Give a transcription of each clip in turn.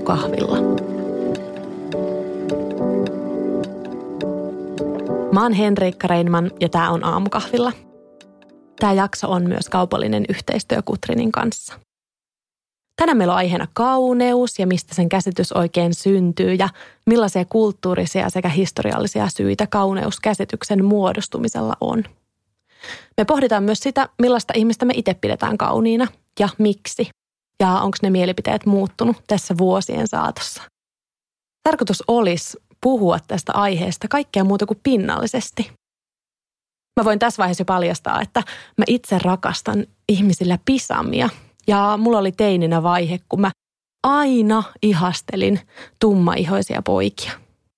Aamukahvilla. Mä oon Henriikka Reinman ja tää on Aamukahvilla. Tää jakso on myös kaupallinen yhteistyö Gutrinin kanssa. Tänään meillä on aiheena kauneus ja mistä sen käsitys oikein syntyy ja millaisia kulttuurisia sekä historiallisia syitä kauneuskäsityksen muodostumisella on. Me pohditaan myös sitä, millaista ihmistä me itse pidetään kauniina ja miksi. Ja onko ne mielipiteet muuttunut tässä vuosien saatossa. Tarkoitus olisi puhua tästä aiheesta kaikkea muuta kuin pinnallisesti. Mä voin tässä vaiheessa jo paljastaa, että mä itse rakastan ihmisillä pisamia. Ja mulla oli teininä vaihe, kun mä aina ihastelin tummaihoisia poikia.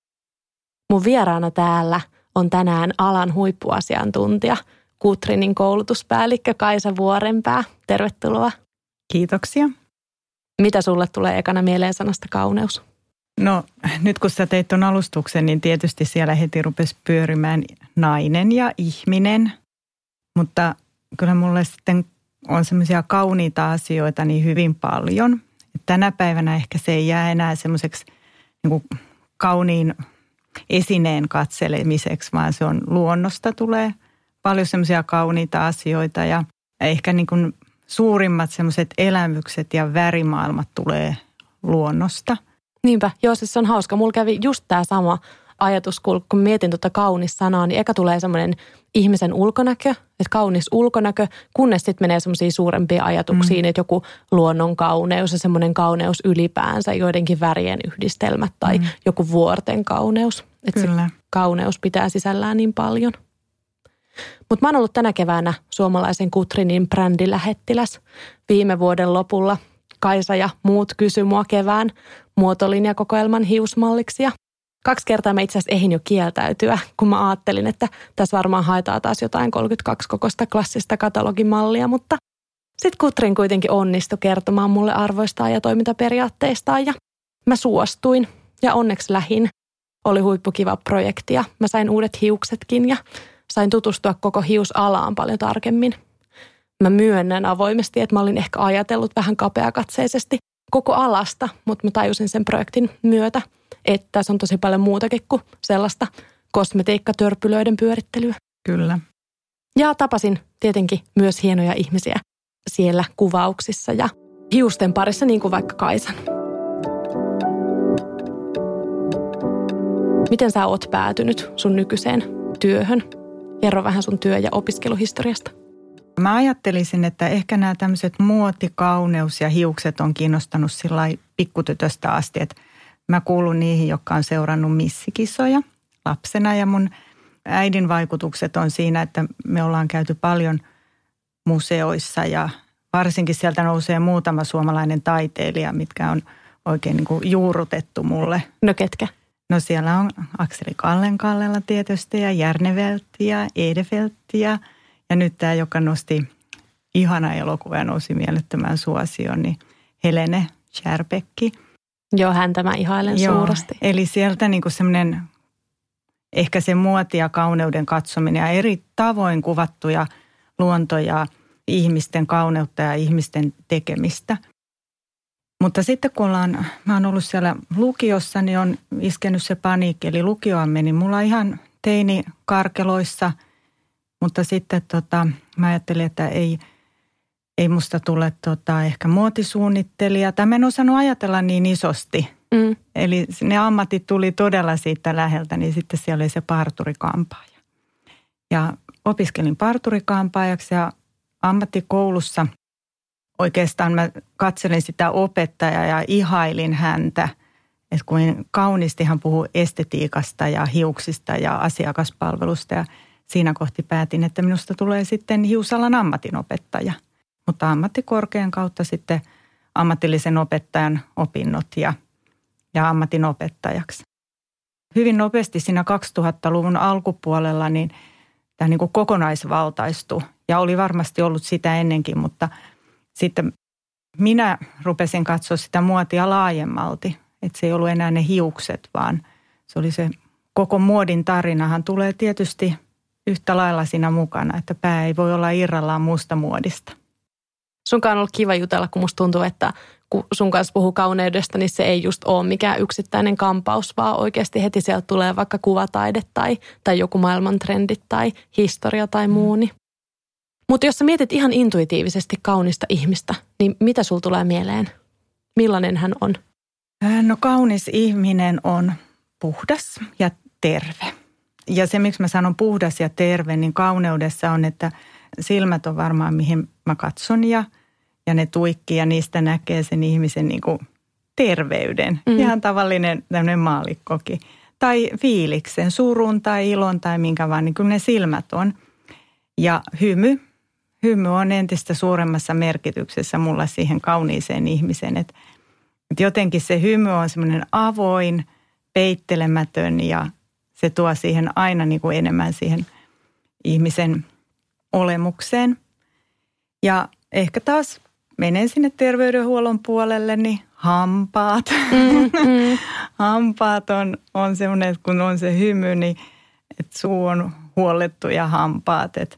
Mun vieraana täällä on tänään alan huippuasiantuntija, Gutrinin koulutuspäällikkö Kaisa Vuorenpää. Tervetuloa. Kiitoksia. Mitä sulle tulee ekana mieleen sanasta kauneus? No nyt kun sä teit ton alustuksen, niin tietysti siellä heti rupesi pyörimään nainen ja ihminen. Mutta kyllä mulle sitten on semmoisia kauniita asioita niin hyvin paljon. Tänä päivänä ehkä se ei jää enää semmoiseksi niin kuin kauniin esineen katselemiseksi, vaan se on luonnosta tulee paljon semmoisia kauniita asioita ja ehkä niin kuin suurimmat semmoiset elämykset ja värimaailmat tulee luonnosta. Niinpä, joo siis se on hauska. Mulla kävi just tämä sama ajatus, kun mietin tuota kaunis sanaa, niin eka tulee semmoinen ihmisen ulkonäkö, että kaunis ulkonäkö, kunnes sitten menee semmoisia suurempia ajatuksia, että joku luonnon kauneus ja semmoinen kauneus ylipäänsä, joidenkin värien yhdistelmät tai joku vuorten kauneus. Että se kauneus pitää sisällään niin paljon. Mutta mä oon ollut tänä keväänä suomalaisen Gutrinin brändilähettiläs. Viime vuoden lopulla Kaisa ja muut kysyi mua kevään muotolinjakokoelman hiusmalliksi. Ja 2 kertaa mä itse asiassa ehdin jo kieltäytyä, kun mä ajattelin, että tässä varmaan haetaan taas jotain 32-kokoista klassista katalogimallia. Mutta sitten Gutrin kuitenkin onnistui kertomaan mulle arvoistaan ja toimintaperiaatteistaan ja mä suostuin ja onneksi lähin. Oli huippukiva projekti ja mä sain uudet hiuksetkin ja sain tutustua koko hiusalaan paljon tarkemmin. Mä myönnän avoimesti, että mä olin ehkä ajatellut vähän kapeakatseisesti koko alasta, mutta mä tajusin sen projektin myötä, että se on tosi paljon muutakin kuin sellaista kosmetiikkatörpylöiden pyörittelyä. Kyllä. Ja tapasin tietenkin myös hienoja ihmisiä siellä kuvauksissa ja hiusten parissa niin kuin vaikka Kaisan. Miten sä oot päätynyt sun nykyiseen työhön? Kerro vähän sun työ- ja opiskeluhistoriasta. Mä ajattelisin, että ehkä nämä tämmöiset muoti, kauneus ja hiukset on kiinnostanut sillai pikkutytöstä asti, että mä kuulun niihin, jotka on seurannut missikisoja lapsena ja mun äidin vaikutukset on siinä, että me ollaan käyty paljon museoissa ja varsinkin sieltä nousee muutama suomalainen taiteilija, mitkä on oikein niin kuin juurrutettu mulle. No ketkä? No siellä on Akseli Kallenkallella tietysti ja Järneveltti ja Edefeltti ja nyt tämä, joka nosti ihana elokuva ja nousi mielettömään suosioon, niin Helene Schärpekki. Joo, häntä mä ihailen suuresti. Eli sieltä niinku semmoinen ehkä se muoti ja kauneuden katsominen ja eri tavoin kuvattuja luontoja, ihmisten kauneutta ja ihmisten tekemistä. Mutta sitten kun mä oon ollut siellä lukiossa, niin on iskenyt se paniikki, eli lukioon meni mulla ihan teinikarkeloissa, mutta sitten mä ajattelin, että ei musta tule ehkä muotisuunnittelija. Tai mä en osannut ajatella niin isosti. Eli ne ammatit tuli todella siitä läheltä, niin sitten siellä oli se parturikampaaja. Ja opiskelin parturikampaajaksi ja ammattikoulussa oikeastaan mä katselin sitä opettajaa ja ihailin häntä. Että kuin kauniisti hän puhuu estetiikasta ja hiuksista ja asiakaspalvelusta ja siinä kohti päätin, että minusta tulee sitten hiusalan ammatinopettaja. Mutta ammattikorkean kautta sitten ammatillisen opettajan opinnot ja ammatinopettajaksi. Hyvin nopeasti siinä 2000-luvun alkupuolella niin tämä niin kuin kokonaisvaltaistui ja oli varmasti ollut sitä ennenkin, mutta sitten minä rupesin katsoa sitä muotia laajemmalti. Että se ei ollut enää ne hiukset, vaan se oli se koko muodin tarinahan tulee tietysti yhtä lailla siinä mukana, että pää ei voi olla irrallaan muusta muodista. Sunkaan on ollut kiva jutella, kun musta tuntuu, että kun sun kanssa puhuu kauneudesta, niin se ei just ole mikään yksittäinen kampaus, vaan oikeasti heti sieltä tulee vaikka kuvataide tai joku maailmantrendit tai historia tai muu. Mutta jos sä mietit ihan intuitiivisesti kaunista ihmistä, niin mitä sul tulee mieleen? Millainen hän on? No kaunis ihminen on puhdas ja terve. Ja se, miksi mä sanon puhdas ja terve, niin kauneudessa on, että silmät on varmaan mihin mä katson ja ne tuikkii ja niistä näkee sen ihmisen niin kuin terveyden. Ihan tavallinen tämmöinen maallikkokin. Tai fiiliksen, surun tai ilon tai minkä vaan, niin kyllä ne silmät on. Ja hymy on entistä suuremmassa merkityksessä mulla siihen kauniiseen ihmiseen. Että jotenkin se hymy on semmoinen avoin, peittelemätön ja se tuo siihen aina niin kuin enemmän siihen ihmisen olemukseen. Ja ehkä taas menen sinne terveydenhuollon puolelle, niin hampaat. Hampaat on semmoinen, että kun on se hymy, niin että suu on huollettu ja hampaat. Että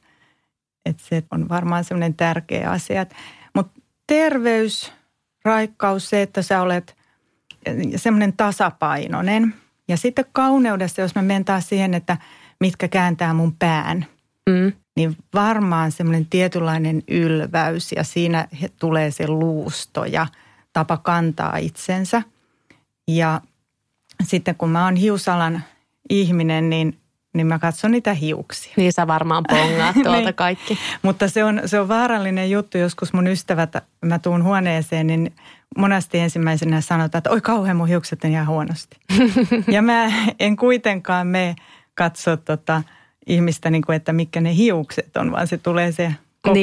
se on varmaan semmoinen tärkeä asia. Mutta terveys, raikkaus, se, että sä olet semmoinen tasapainoinen. Ja sitten kauneudessa, jos mä menen taas siihen, että mitkä kääntää mun pään, niin varmaan semmoinen tietynlainen ylväys ja siinä tulee se luusto ja tapa kantaa itsensä. Ja sitten kun mä oon hiusalan ihminen, niin mä katson niitä hiuksia. Niin sä varmaan pongaat tuolta kaikki. Mutta se on vaarallinen juttu. Joskus mun ystävät, mä tuun huoneeseen, niin monesti ensimmäisenä sanotaan, että oi kauhean mun hiukset on ihan huonosti. Ja mä en kuitenkaan mene katsoa ihmistä, niin kuin, että mitkä ne hiukset on, vaan se tulee se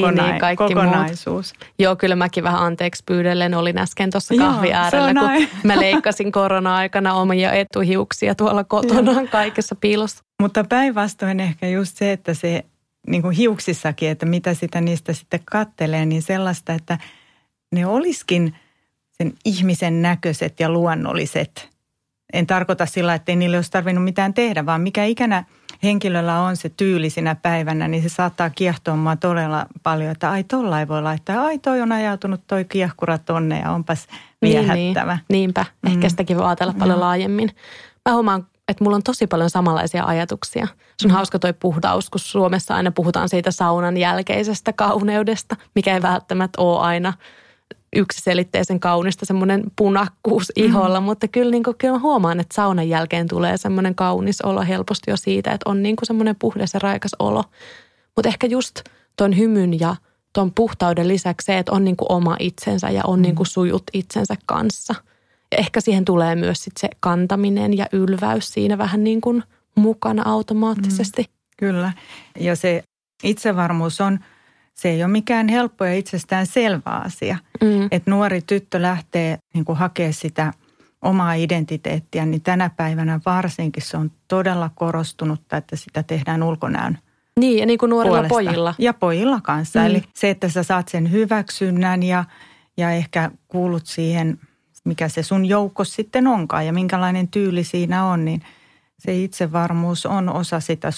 kokonaisuus. Muut. Joo, kyllä mäkin vähän anteeksi pyydellen olin äsken tuossa kahvi äärellä, kun mä leikkasin korona-aikana omia etuhiuksia tuolla kotona kaikessa piilossa. Mutta päinvastoin ehkä just se, että se niin kuin hiuksissakin, että mitä sitä niistä sitten kattelee, niin sellaista, että ne olisikin sen ihmisen näköiset ja luonnolliset. En tarkoita sillä, että ei niille olisi tarvinnut mitään tehdä, vaan mikä ikänä henkilöllä on se tyyli sinä päivänä, niin se saattaa kiehtoa mua todella paljon, että ai tolla ei voi laittaa. Ai toi on ajautunut toi kiehkura tonne ja onpas viehättävä. Niinpä, ehkä sitäkin voi ajatella paljon laajemmin. Mä huomaan, että mulla on tosi paljon samanlaisia ajatuksia. Se on hauska toi puhdaus, kun Suomessa aina puhutaan siitä saunan jälkeisestä kauneudesta, mikä ei välttämättä ole aina yksiselitteisen kaunista, semmoinen punakkuus iholla, mutta kyllä mä huomaan, että saunan jälkeen tulee semmoinen kaunis olo helposti jo siitä, että on semmoinen puhdas ja raikas olo. Mutta ehkä just ton hymyn ja ton puhtauden lisäksi se, että on oma itsensä ja on sujut itsensä kanssa. Ja ehkä siihen tulee myös sit se kantaminen ja ylväys siinä vähän mukana automaattisesti. Kyllä. Ja se itsevarmuus on, se ei ole mikään helppo ja itsestään selvä asia. Että nuori tyttö lähtee hakemaan sitä omaa identiteettiä, niin tänä päivänä varsinkin se on todella korostunutta, että sitä tehdään ulkonäön niin, ja niin kuin nuorilla puolesta. Pojilla. Ja pojilla kanssa. Eli se, että sä saat sen hyväksynnän ja ehkä kuulut siihen, mikä se sun joukko sitten onkaan ja minkälainen tyyli siinä on, niin se itsevarmuus on osa sitä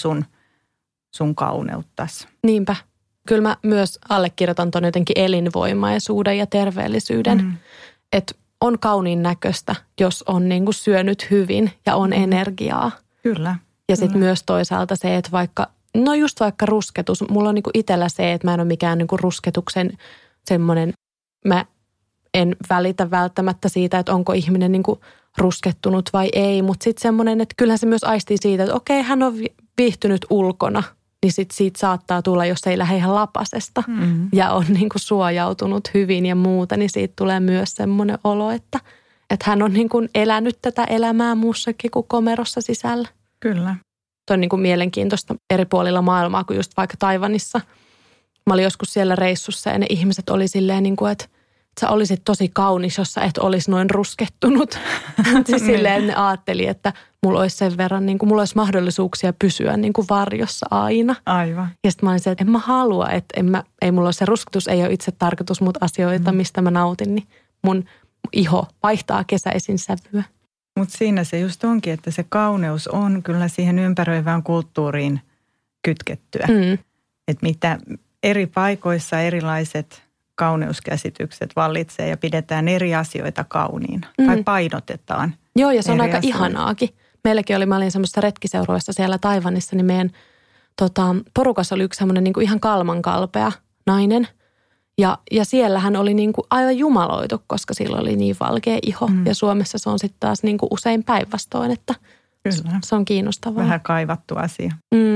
sun kauneuttasi. Niinpä. Kyllä mä myös allekirjoitan ton jotenkin elinvoimaisuuden ja terveellisyyden. Että on kauniin näköistä, jos on syönyt hyvin ja on energiaa. Kyllä. Ja sitten myös toisaalta se, että vaikka rusketus. Mulla on itsellä se, että mä en ole mikään rusketuksen semmoinen, mä en välitä välttämättä siitä, että onko ihminen ruskettunut vai ei. Mutta sitten semmoinen, että kyllähän se myös aistii siitä, että okei, hän on viihtynyt ulkona. Niin sit siitä saattaa tulla, jos ei lähde ihan lapasesta ja on suojautunut hyvin ja muuta, niin siitä tulee myös semmoinen olo, että hän on elänyt tätä elämää muussakin kuin komerossa sisällä. Kyllä. Tuo on mielenkiintoista eri puolilla maailmaa, kuin just vaikka Taiwanissa. Mä olin joskus siellä reissussa ja ne ihmiset oli silleen, että sä olisit tosi kaunis, jos sä et olisi noin ruskettunut. Siis silleen ne ajatteli, että mulla olisi sen verran, mulla olisi mahdollisuuksia pysyä varjossa aina. Aivan. Ja sitten mä olin se, että en mä halua, että ei mulla ole se rusketus, ei ole itse tarkoitus, mutta asioita, mistä mä nautin, niin mun iho vaihtaa kesäisin sävyä. Mutta siinä se just onkin, että se kauneus on kyllä siihen ympäröivään kulttuuriin kytkettyä. Että mitä eri paikoissa erilaiset kauneuskäsitykset vallitsee ja pidetään eri asioita kauniina tai painotetaan. Joo, ja se on aika asioita. Ihanaakin. Meilläkin mä olin semmoisessa retkiseuroissa siellä Taiwanissa, niin meidän porukassa oli yksi semmoinen niin kuin ihan kalmankalpea nainen. Ja siellä hän oli niin kuin aivan jumaloitu, koska sillä oli niin valkea iho. Ja Suomessa se on sitten taas niin kuin usein päinvastoin, että Kyllä. Se on kiinnostavaa. Vähän kaivattu asia.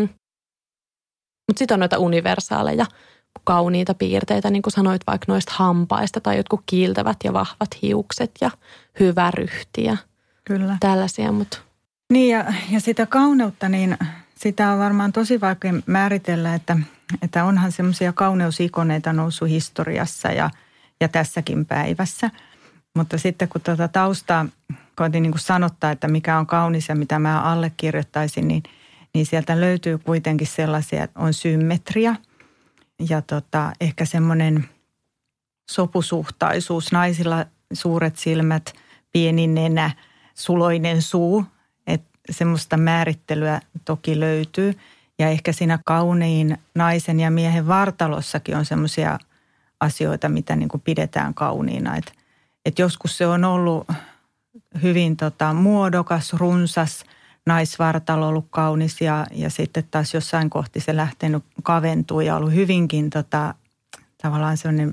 Mutta sitten on noita universaaleja, kauniita piirteitä, niin kuin sanoit vaikka noista hampaista tai jotkut kiiltävät ja vahvat hiukset ja hyvä ryhti ja Kyllä. tällaisia. Niin ja sitä kauneutta, niin sitä on varmaan tosi vaikea määritellä, että onhan semmoisia kauneusikoneita noussut historiassa ja tässäkin päivässä. Mutta sitten kun tuota taustaa koitin niin kuin sanottaa, että mikä on kaunis ja mitä mä allekirjoittaisin, niin sieltä löytyy kuitenkin sellaisia, että on symmetria ja ehkä semmoinen sopusuhtaisuus. Naisilla suuret silmät, pieni nenä, suloinen suu, että semmoista määrittelyä toki löytyy. Ja ehkä siinä kauniin naisen ja miehen vartalossakin on semmoisia asioita, mitä niin kuin pidetään kauniina. Että joskus se on ollut hyvin muodokas, runsas, naisvartalo ollut kaunis ja sitten taas jossain kohti se lähtenyt kaventua ja ollut hyvinkin tavallaan sellainen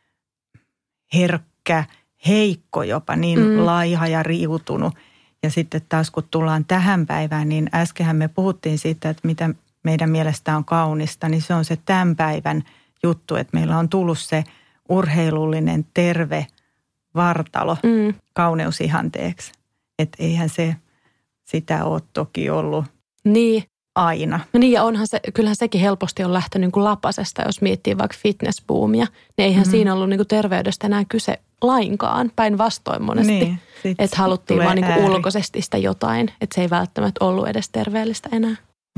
herkkä, heikko jopa, niin laiha ja riutunut. Ja sitten taas kun tullaan tähän päivään, niin äskenhän me puhuttiin siitä, että mitä meidän mielestä on kaunista, niin se on se tämän päivän juttu, että meillä on tullut se urheilullinen, terve vartalo kauneusihanteeksi. Että eihän se sitä ole toki ollut aina. Niin ja kyllähän sekin helposti on lähtenyt niin kuin lapasesta, jos miettii vaikka fitnessboomia. Niin eihän siinä ollut niin kuin terveydestä enää kyse lainkaan, päinvastoin monesti. Niin, että haluttiin vaan niin kuin ulkoisesti sitä jotain, että se ei välttämättä ollut edes terveellistä enää.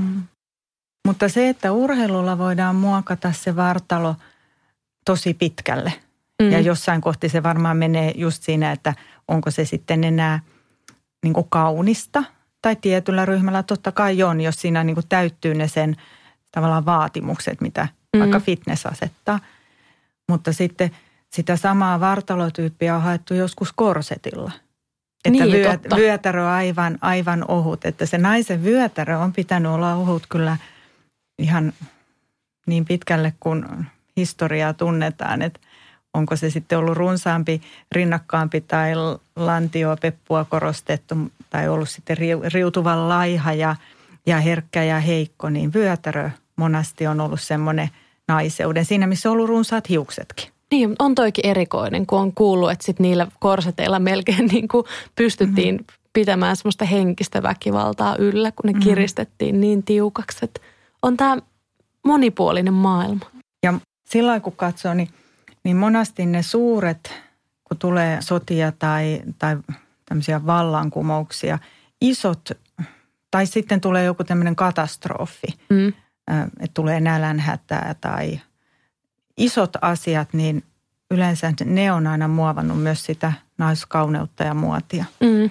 Mutta se, että urheilulla voidaan muokata se vartalo tosi pitkälle. Ja jossain kohti se varmaan menee just siinä, että onko se sitten enää niin kuin kaunista. Tai tietyllä ryhmällä totta kai on, jos siinä niin kuin täyttyy ne sen tavallaan vaatimukset, mitä vaikka fitness asettaa. Mutta sitten sitä samaa vartalotyyppiä on haettu joskus korsetilla. Että vyötärö on aivan ohut. Että se naisen vyötärö on pitänyt olla ohut kyllä ihan niin pitkälle, kun historiaa tunnetaan. Että onko se sitten ollut runsaampi, rinnakkaampi tai lantiopeppua korostettu tai ollut sitten riutuvan laiha ja herkkä ja heikko, niin vyötärö monasti on ollut semmoinen naiseuden siinä, missä on ollut runsaat hiuksetkin. Niin, on toikin erikoinen, kun on kuullut, että sitten niillä korseteilla melkein niin kuin pystyttiin pitämään semmoista henkistä väkivaltaa yllä, kun ne kiristettiin niin tiukaksi. Että on tämä monipuolinen maailma. Ja silloin kun katsoo, niin monasti ne suuret, kun tulee sotia tai tämmöisiä vallankumouksia, isot, tai sitten tulee joku tämmöinen katastrofi, että tulee nälänhätää tai isot asiat, niin yleensä ne on aina muovannut myös sitä naiskauneutta ja muotia.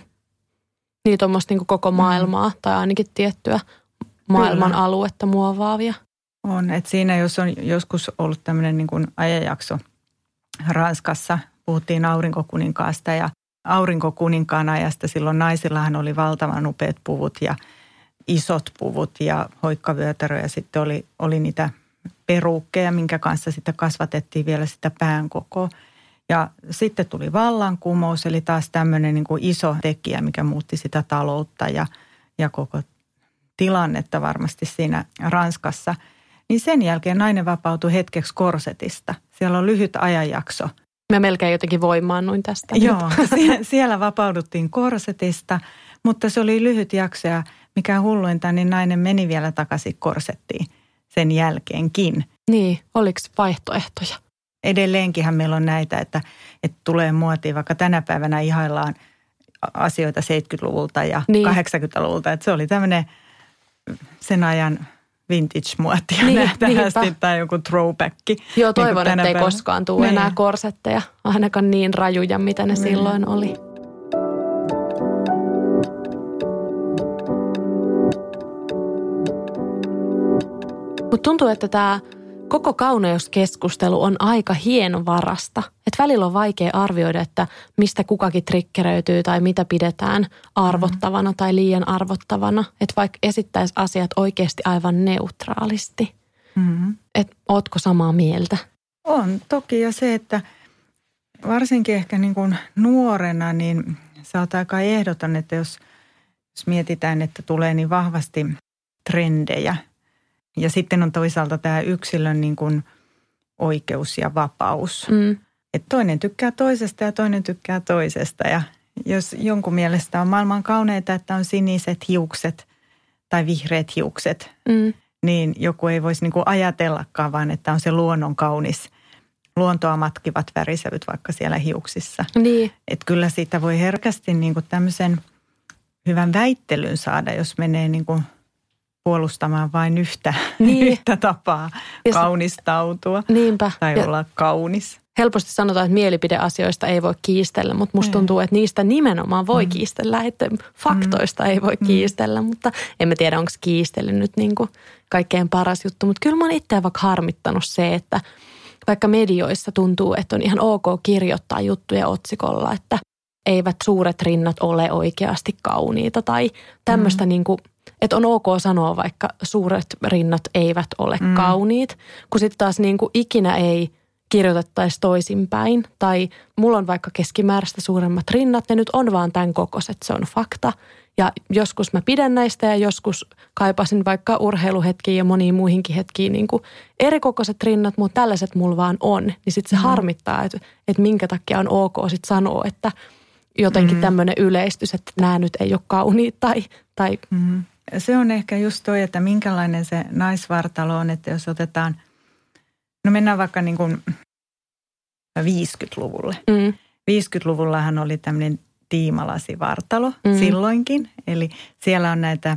Niin tuommoista niin koko maailmaa tai ainakin tiettyä maailman aluetta muovaavia. On, että siinä jos on joskus ollut tämmöinen niin kuin ajanjakso Ranskassa, puhuttiin aurinkokuninkaasta ja aurinkokuninkaan ajasta silloin naisillahan oli valtavan upeat puvut ja isot puvut ja hoikkavyötärö ja sitten oli niitä peruukkeja, minkä kanssa sitten kasvatettiin vielä sitä päänkokoa. Ja sitten tuli vallankumous, eli taas tämmöinen niin kuin iso tekijä, mikä muutti sitä taloutta ja koko tilannetta varmasti siinä Ranskassa. Niin sen jälkeen nainen vapautui hetkeksi korsetista. Siellä on lyhyt ajanjakso. Mä melkein jotenkin voimaannuin tästä. Joo, siellä vapauduttiin korsetista, mutta se oli lyhyt jakso ja mikä hulluinta, niin nainen meni vielä takaisin korsettiin sen jälkeenkin. Niin, oliko vaihtoehtoja? Edelleenkinhän meillä on näitä, että tulee muotiin, vaikka tänä päivänä ihaillaan asioita 70-luvulta ja 80-luvulta. Että se oli tämmöinen sen ajan vintage-muotia nähtävästi tai joku throwback. Joo, toivon, että ei koskaan tule enää korsetteja, ainakaan niin rajuja, mitä ne silloin oli. Mutta tuntuu, että tämä Koko kauneuskeskustelu on aika hienovarasta. Että välillä on vaikea arvioida, että mistä kukakin triggeröityy tai mitä pidetään arvottavana tai liian arvottavana. Että vaikka esittäisi asiat oikeasti aivan neutraalisti. Että ootko samaa mieltä? On toki, ja se, että varsinkin ehkä niin kuin nuorena, niin sä oot aika ehdoton, että jos mietitään, että tulee niin vahvasti trendejä. Ja sitten on toisaalta tämä yksilön niin kuin oikeus ja vapaus. Että toinen tykkää toisesta ja toinen tykkää toisesta. Ja jos jonkun mielestä on maailman kauneita, että on siniset hiukset tai vihreät hiukset, niin joku ei voisi niin kuin ajatellakaan, vaan että on se luonnon kaunis, luontoa matkivat värisävyt vaikka siellä hiuksissa. Niin. Että kyllä siitä voi herkästi niin kuin tämmöisen hyvän väittelyn saada, jos menee niin kuin puolustamaan vain yhtä tapaa kaunistautua. Niinpä. Tai olla kaunis. Helposti sanotaan, että mielipideasioista ei voi kiistellä, mutta musta tuntuu, että niistä nimenomaan voi kiistellä, että faktoista ei voi kiistellä, mutta en mä tiedä, onko kiistely nyt niin kuin kaikkein paras juttu. Mutta kyllä mä oon itseä vaikka harmittanut se, että vaikka medioissa tuntuu, että on ihan ok kirjoittaa juttuja otsikolla, että eivät suuret rinnat ole oikeasti kauniita tai tämmöistä niin kuin, että on ok sanoa vaikka suuret rinnat eivät ole kauniit, kun sitten taas niin kuin ikinä ei kirjoitettaisi toisinpäin. Tai mulla on vaikka keskimääräistä suuremmat rinnat, ne nyt on vaan tämän kokoiset, se on fakta. Ja joskus mä pidän näistä ja joskus kaipasin vaikka urheiluhetkiin ja moniin muihinkin hetkiin niin kuin erikokoiset rinnat, mutta tällaiset mulla vaan on. Niin sitten se harmittaa, että minkä takia on ok sitten sanoa, että jotenkin tämmöinen yleistys, että nämä nyt ei ole kauniit tai. Se on ehkä just toi, että minkälainen se naisvartalo on, että jos otetaan, no mennään vaikka niin kuin 50-luvulle. 50-luvullahan oli tämmöinen tiimalasivartalo silloinkin, eli siellä on näitä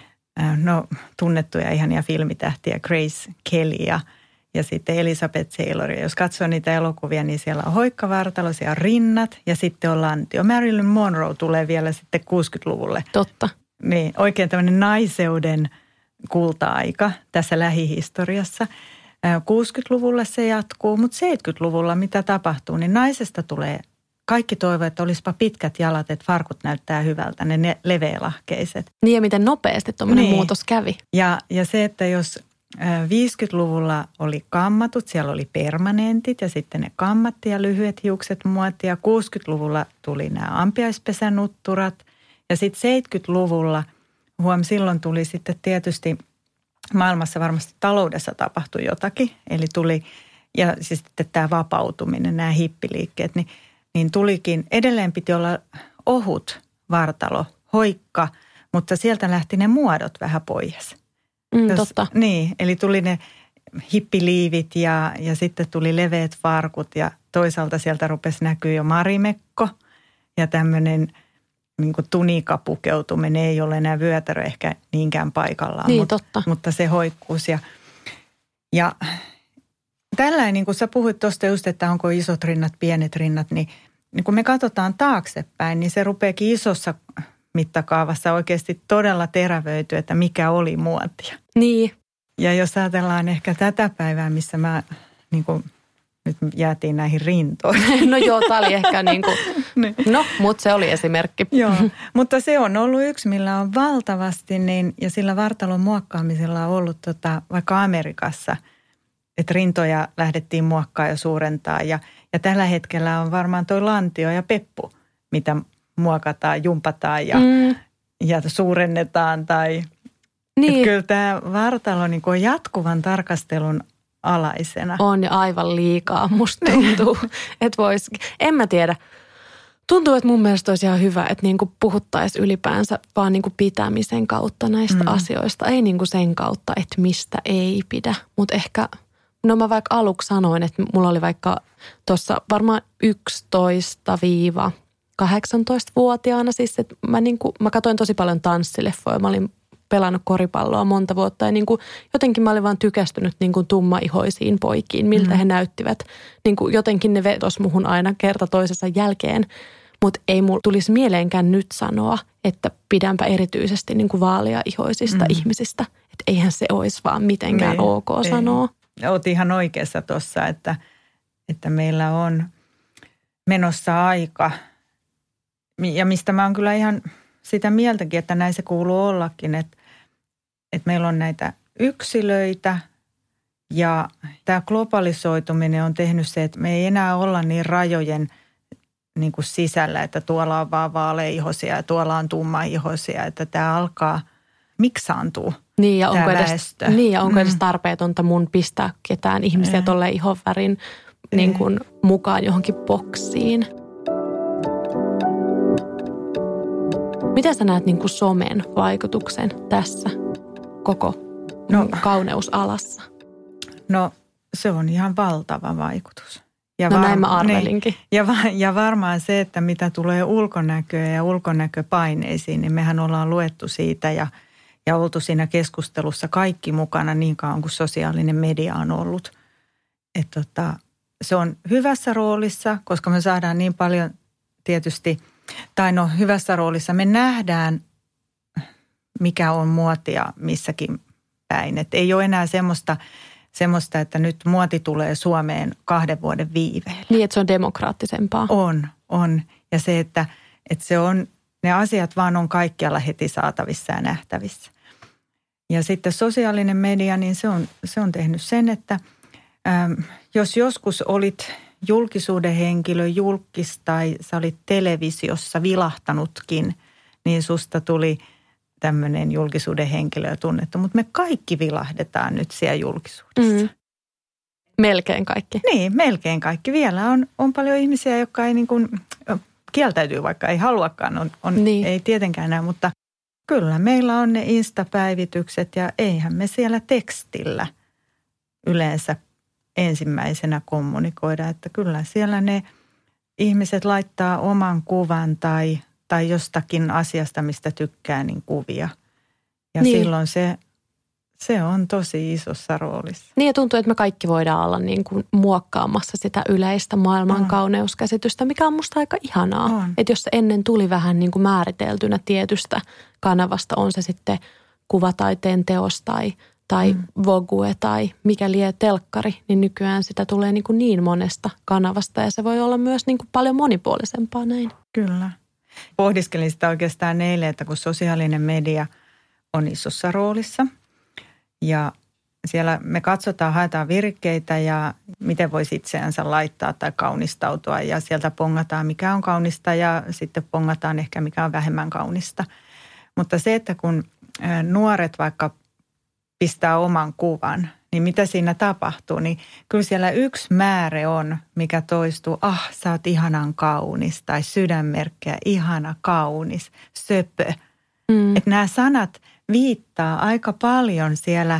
tunnettuja ihania filmitähtiä, Grace Kelly ja sitten Elizabeth Taylor. Ja jos katsoo niitä elokuvia, niin siellä on hoikkavartalo, siellä on rinnat ja sitten on lantio. Marilyn Monroe tulee vielä sitten 60-luvulle. Totta. Niin, oikein tämmöinen naiseuden kulta-aika tässä lähihistoriassa. 60-luvulla se jatkuu, mutta 70-luvulla mitä tapahtuu, niin naisesta tulee, kaikki toivoo, että olisipa pitkät jalat, että farkut näyttää hyvältä, ne leveälahkeiset. Niin ja miten nopeasti tuommoinen muutos kävi. Ja se, että jos 50-luvulla oli kammatut, siellä oli permanentit ja sitten ne kammatti ja lyhyet hiukset muotia. 60-luvulla tuli nämä ampiaispesänutturat ja sitten 70-luvulla, silloin tuli sitten tietysti maailmassa varmasti taloudessa tapahtui jotakin. Eli tuli, ja siis sitten tämä vapautuminen, nämä hippiliikkeet, niin tulikin, edelleen piti olla ohut vartalo, hoikka, mutta sieltä lähti ne muodot vähän pois. Totta. Niin, eli tuli ne hippiliivit ja sitten tuli leveät farkut ja toisaalta sieltä rupesi näkyä jo marimekko ja tämmöinen niin kuin tunikapukeutuminen ei ole enää vyötärö ehkä niinkään paikallaan, niin, mutta se hoikkuus. Ja tällainen, niin kuin sä puhuit tuosta just, että onko isot rinnat, pienet rinnat, niin kun me katsotaan taaksepäin, niin se rupeakin isossa mittakaavassa oikeasti todella terävöityä, että mikä oli muotia. Niin. Ja jos ajatellaan ehkä tätä päivää, missä mä niin kuin, nyt jäätiin näihin rintoihin. No joo, tämä oli ehkä niin kuin, no, mutta se oli esimerkki. Joo, mutta se on ollut yksi, millä on valtavasti, niin, ja sillä vartalon muokkaamisella on ollut vaikka Amerikassa, että rintoja lähdettiin muokkaa ja suurentaa. Ja tällä hetkellä on varmaan toi lantio ja peppu, mitä muokataan, jumpataan ja suurennetaan. Niin. Että kyllä tämä vartalo niin on jatkuvan tarkastelun alaisena. On ja aivan liikaa, musta tuntuu, että vois, en mä tiedä. Tuntuu, että mun mielestä olisi ihan hyvä, että niinku puhuttaisiin ylipäänsä vaan niinku pitämisen kautta näistä asioista. Ei niinku sen kautta, että mistä ei pidä, mutta ehkä, no mä vaikka aluksi sanoin, että mulla oli vaikka tuossa varmaan 11-18-vuotiaana siis, että mä katsoin tosi paljon tanssileffoja, mä olin pelannut koripalloa monta vuotta ja jotenkin mä olin vaan tykästynyt tummaihoisiin poikiin, miltä he näyttivät. Jotenkin ne vetos muhun aina kerta toisensa jälkeen, mutta ei mulla tulisi mieleenkään nyt sanoa, että pidänpä erityisesti vaaleaihoisista ihmisistä. Että eihän se olisi vaan mitenkään ok sanoa. oot ihan oikeassa tuossa, että meillä on menossa aika. Ja mistä mä oon kyllä ihan sitä mieltäkin, että näin se kuuluu ollakin, että meillä on näitä yksilöitä ja tämä globalisoituminen on tehnyt se, että me ei enää olla niin rajojen niin kuin sisällä, että tuolla on vaan vaaleaihoisia ja tuolla on tummaihoisia, että tämä alkaa miksaantua. Niin ja onko edes tarpeetonta mun pistää ketään ihmisiä tolleen ihonvärin niin kuin mukaan johonkin boksiin. Miten sä näet niin kuin somen vaikutuksen tässä koko kauneusalassa? No se on ihan valtava vaikutus. Ja näin mä arvelinkin. Ja varmaan se, että mitä tulee ulkonäköön ja ulkonäköpaineisiin, niin mehän ollaan luettu siitä ja oltu siinä keskustelussa kaikki mukana niin kauan kuin sosiaalinen media on ollut. Että se on hyvässä roolissa, koska me saadaan niin paljon tietysti, hyvässä roolissa me nähdään, mikä on muotia missäkin päin. Että ei ole enää semmoista, että nyt muoti tulee Suomeen 2 vuoden viiveellä. Niin, että se on demokraattisempaa. On. Ja se, että se on, ne asiat vaan on kaikkialla heti saatavissa ja nähtävissä. Ja sitten sosiaalinen media, niin se on tehnyt sen, että jos joskus olit julkisuuden henkilö, julkis tai sä olit televisiossa vilahtanutkin, niin susta tuli tämmöinen julkisuuden henkilö ja tunnettu. Mutta me kaikki vilahdetaan nyt siellä julkisuudessa. Melkein kaikki. Niin, melkein kaikki. Vielä on paljon ihmisiä, jotka ei niin kuin kieltäytyy, vaikka ei haluakaan. Niin. Ei tietenkään näin, mutta kyllä meillä on ne Insta-päivitykset ja eihän me siellä tekstillä yleensä ensimmäisenä kommunikoida. Että kyllä siellä ne ihmiset laittaa oman kuvan tai jostakin asiasta, mistä tykkää, niin kuvia. Ja silloin se on tosi isossa roolissa. Niin ja tuntuu, että me kaikki voidaan olla niin kuin muokkaamassa sitä yleistä maailman kauneuskäsitystä, mikä on musta aika ihanaa. Että jos se ennen tuli vähän niin kuin määriteltynä tietystä kanavasta, on se sitten kuvataiteen teos tai Vogue tai mikä lie telkkari, niin nykyään sitä tulee niin monesta kanavasta ja se voi olla myös niin kuin paljon monipuolisempaa näin. Kyllä. Pohdiskelin sitä oikeastaan eilen, että kun sosiaalinen media on isossa roolissa ja siellä me haetaan virkkeitä ja miten voisi itseänsä laittaa tai kaunistautua ja sieltä pongataan mikä on kaunista ja sitten pongataan ehkä mikä on vähemmän kaunista. Mutta se, että kun nuoret vaikka pistää oman kuvan, niin mitä siinä tapahtuu, niin kyllä siellä yksi määre on, mikä toistuu. Sä oot ihanan kaunis tai sydänmerkkiä, ihana, kaunis, söpö. Että nämä sanat viittaa aika paljon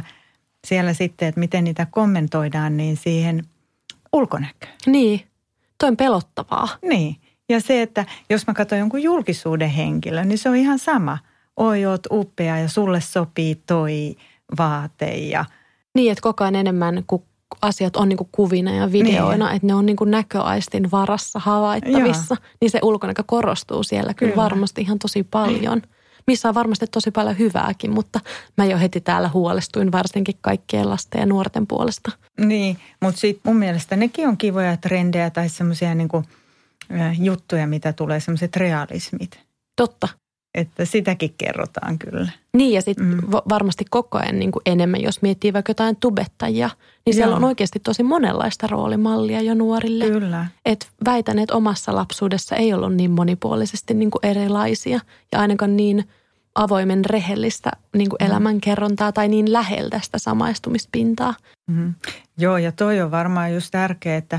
siellä sitten, että miten niitä kommentoidaan, niin siihen ulkonäköön. Niin, toi on pelottavaa. Niin, ja se, että jos mä katson jonkun julkisuuden henkilön, niin se on ihan sama. Oi, oot upea ja sulle sopii toi vaate ja niin, että koko ajan enemmän, kun asiat on niin kuin kuvina ja videoina, että ne on niin kuin näköaistin varassa havaittavissa, niin se ulkonäkö korostuu siellä kyllä varmasti ihan tosi paljon. Missä on varmasti tosi paljon hyvääkin, mutta mä jo heti täällä huolestuin varsinkin kaikkien lasten ja nuorten puolesta. Niin, mutta sitten mun mielestä nekin on kivoja trendejä tai semmoisia niin kuin juttuja, mitä tulee, semmoiset realismit. Totta. Että sitäkin kerrotaan kyllä. Niin ja sitten varmasti koko ajan niin kuin enemmän, jos miettii vaikka jotain tubettajia, niin siellä on oikeasti tosi monenlaista roolimallia jo nuorille. Kyllä. Että väitän, että omassa lapsuudessa ei ollut niin monipuolisesti niin kuin erilaisia ja ainakaan niin avoimen rehellistä niin kuin elämänkerrontaa tai niin läheltä sitä samaistumispintaa. Joo ja toi on varmaan just tärkeää, että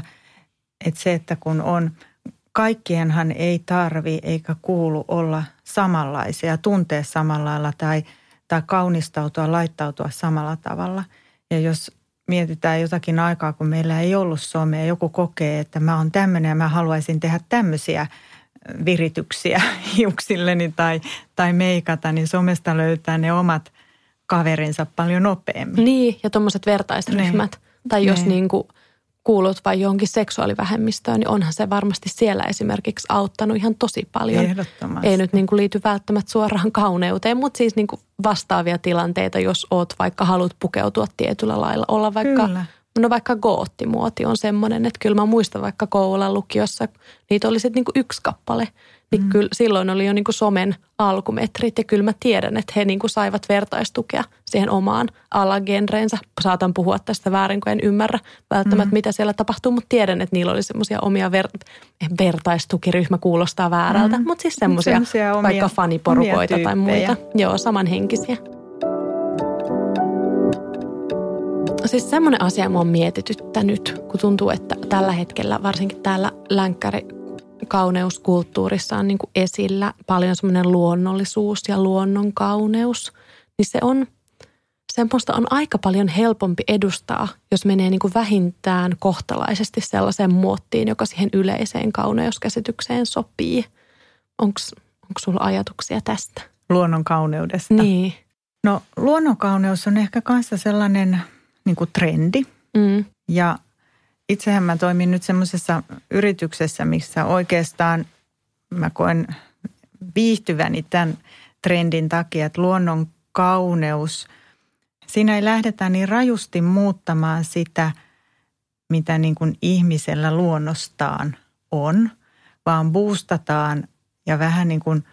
se, että kun on kaikkienhan ei tarvi eikä kuulu olla samanlaisia, tuntea samalla lailla tai kaunistautua, laittautua samalla tavalla. Ja jos mietitään jotakin aikaa, kun meillä ei ollut somea, joku kokee, että mä oon tämmöinen ja mä haluaisin tehdä tämmöisiä virityksiä hiuksilleni tai meikata, niin somesta löytää ne omat kaverinsa paljon nopeammin. Niin, ja tuommoiset vertaisryhmät. Tai jos niinku kuulut vai johonkin seksuaalivähemmistöön, niin onhan se varmasti siellä esimerkiksi auttanut ihan tosi paljon. Ehdottomasti. Ei nyt niin kuin liity välttämättä suoraan kauneuteen, mutta siis niin kuin vastaavia tilanteita, jos oot vaikka haluat pukeutua tietyllä lailla, olla vaikka No vaikka goottimuoti on semmoinen, että kyllä mä muistan vaikka Kouvolan lukiossa, niitä oli sitten niinku 1 kappale. Niin kyllä silloin oli jo niinku somen alkumetrit ja kyllä mä tiedän, että he niinku saivat vertaistukea siihen omaan alagenreensä. Saatan puhua tästä väärin, kun en ymmärrä välttämättä, mitä siellä tapahtuu, mutta tiedän, että niillä oli semmoisia omia vertaistukiryhmä kuulostaa väärältä, mutta siis semmoisia vaikka faniporukoita tai muita. Joo, samanhenkisiä. Siis semmoinen asia mua on mietityttänyt, kun tuntuu, että tällä hetkellä, varsinkin täällä länkkäri-kauneuskulttuurissa on niin kuin esillä paljon semmoinen luonnollisuus ja luonnon kauneus. Niin semmoista on aika paljon helpompi edustaa, jos menee niin kuin vähintään kohtalaisesti sellaiseen muottiin, joka siihen yleiseen kauneuskäsitykseen sopii. Onko sulla ajatuksia tästä? Luonnon kauneudesta? Niin. No luonnonkauneus on ehkä kanssa sellainen niin kuin trendi. Ja itsehän mä toimin nyt semmoisessa yrityksessä, missä oikeastaan mä koen viihtyväni tämän trendin takia, että luonnon kauneus, siinä ei lähdetä niin rajusti muuttamaan sitä, mitä niin kuin ihmisellä luonnostaan on, vaan boostataan ja vähän niin kuin,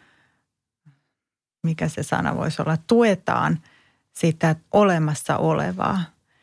mikä se sana voisi olla, tuetaan sitä olemassa olevaa.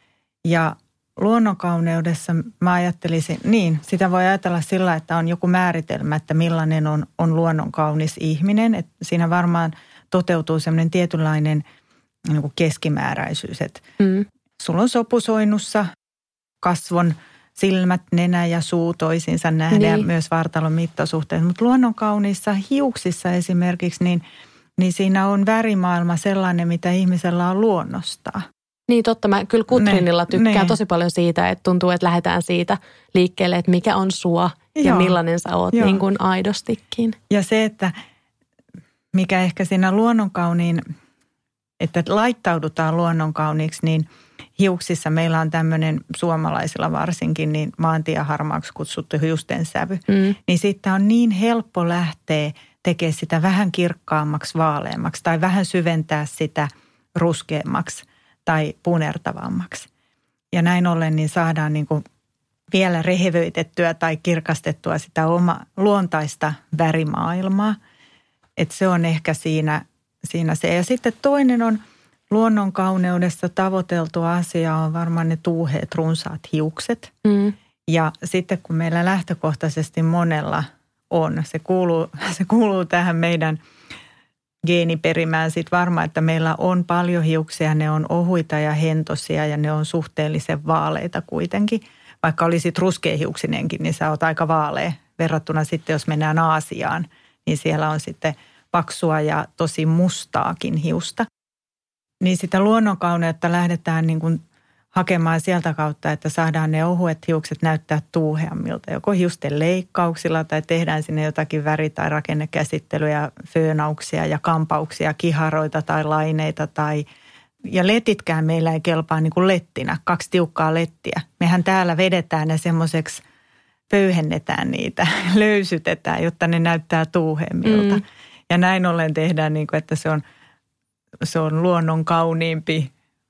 Ja luonnonkauneudessa mä ajattelisin, niin sitä voi ajatella sillä, että on joku määritelmä, että millainen on luonnonkaunis ihminen. Että siinä varmaan toteutuu semmoinen tietynlainen niin kuin keskimääräisyys, että sulla on sopusoinnussa kasvon silmät, nenä ja suu toisiinsa nähdä ja myös vartalon mittasuhteet. Mutta luonnonkauniissa hiuksissa esimerkiksi, niin siinä on värimaailma sellainen, mitä ihmisellä on luonnostaan. Niin totta, mä kyllä Gudrunilla tykkään tosi paljon siitä, että tuntuu, että lähdetään siitä liikkeelle, että mikä on sua ja millainen sä oot niin kuin aidostikin. Ja se, että mikä ehkä siinä luonnonkauniin, että laittaudutaan luonnonkauniiksi, niin hiuksissa meillä on tämmöinen suomalaisilla varsinkin niin maantieharmaaksi kutsuttu hiusten sävy. Niin siitä on niin helppo lähteä tekemään sitä vähän kirkkaammaksi, vaaleammaksi tai vähän syventää sitä ruskeammaksi tai punertavammaksi. Ja näin ollen niin saadaan niin kuin vielä rehevöitettyä tai kirkastettua sitä oma luontaista värimaailmaa. Että se on ehkä siinä se. Ja sitten toinen on luonnonkauneudessa tavoiteltu asia on varmaan ne tuuheet, runsaat hiukset. Ja sitten kun meillä lähtökohtaisesti monella on, se kuuluu tähän meidän geeniperimään sitten varmaan, että meillä on paljon hiuksia, ne on ohuita ja hentosia ja ne on suhteellisen vaaleita kuitenkin. Vaikka olisit ruskeahiuksinenkin, niin sä oot aika vaalea verrattuna sitten, jos mennään Aasiaan, niin siellä on sitten paksua ja tosi mustaakin hiusta. Niin sitä luonnonkauneutta lähdetään niin kuin hakemaan sieltä kautta, että saadaan ne ohuet hiukset näyttää tuuheammilta. Joko hiusten leikkauksilla tai tehdään sinne jotakin väri- tai rakennekäsittelyjä, föönauksia ja kampauksia, kiharoita tai laineita ja letitkään meillä ei kelpaa niin kuin lettinä, 2 tiukkaa lettiä. Mehän täällä vedetään ne semmoiseksi, pöyhennetään niitä, löysytetään, jotta ne näyttää tuuheammilta. Ja näin ollen tehdään niin kuin, että se on luonnon kauniimpi,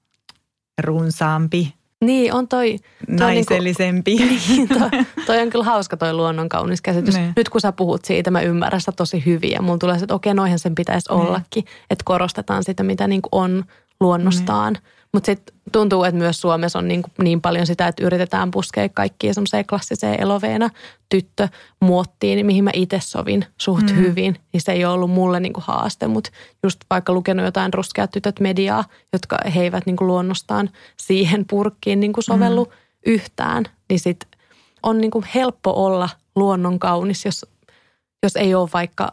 runsaampi. Niin, on toi naisellisempi. Toi on kyllä hauska toi luonnon kaunis käsitys. Nyt kun sä puhut siitä, mä ymmärrän sitä tosi hyvin ja mulla tulee se, että okei, noihän sen pitäisi ollakin. Että korostetaan sitä, mitä niin kuin on luonnostaan. Mutta sitten tuntuu, että myös Suomessa on niin paljon sitä, että yritetään puskea kaikkia semmoiseen klassiseen eloveena tyttömuottiin, mihin mä itse sovin suht hyvin. Niin se ei ole ollut mulle niinku haaste, mutta just vaikka lukenut jotain ruskeat tytöt mediaa, jotka he eivät niinku luonnostaan siihen purkkiin niinku sovellu yhtään, niin sit on niinku helppo olla luonnon kaunis, jos ei ole vaikka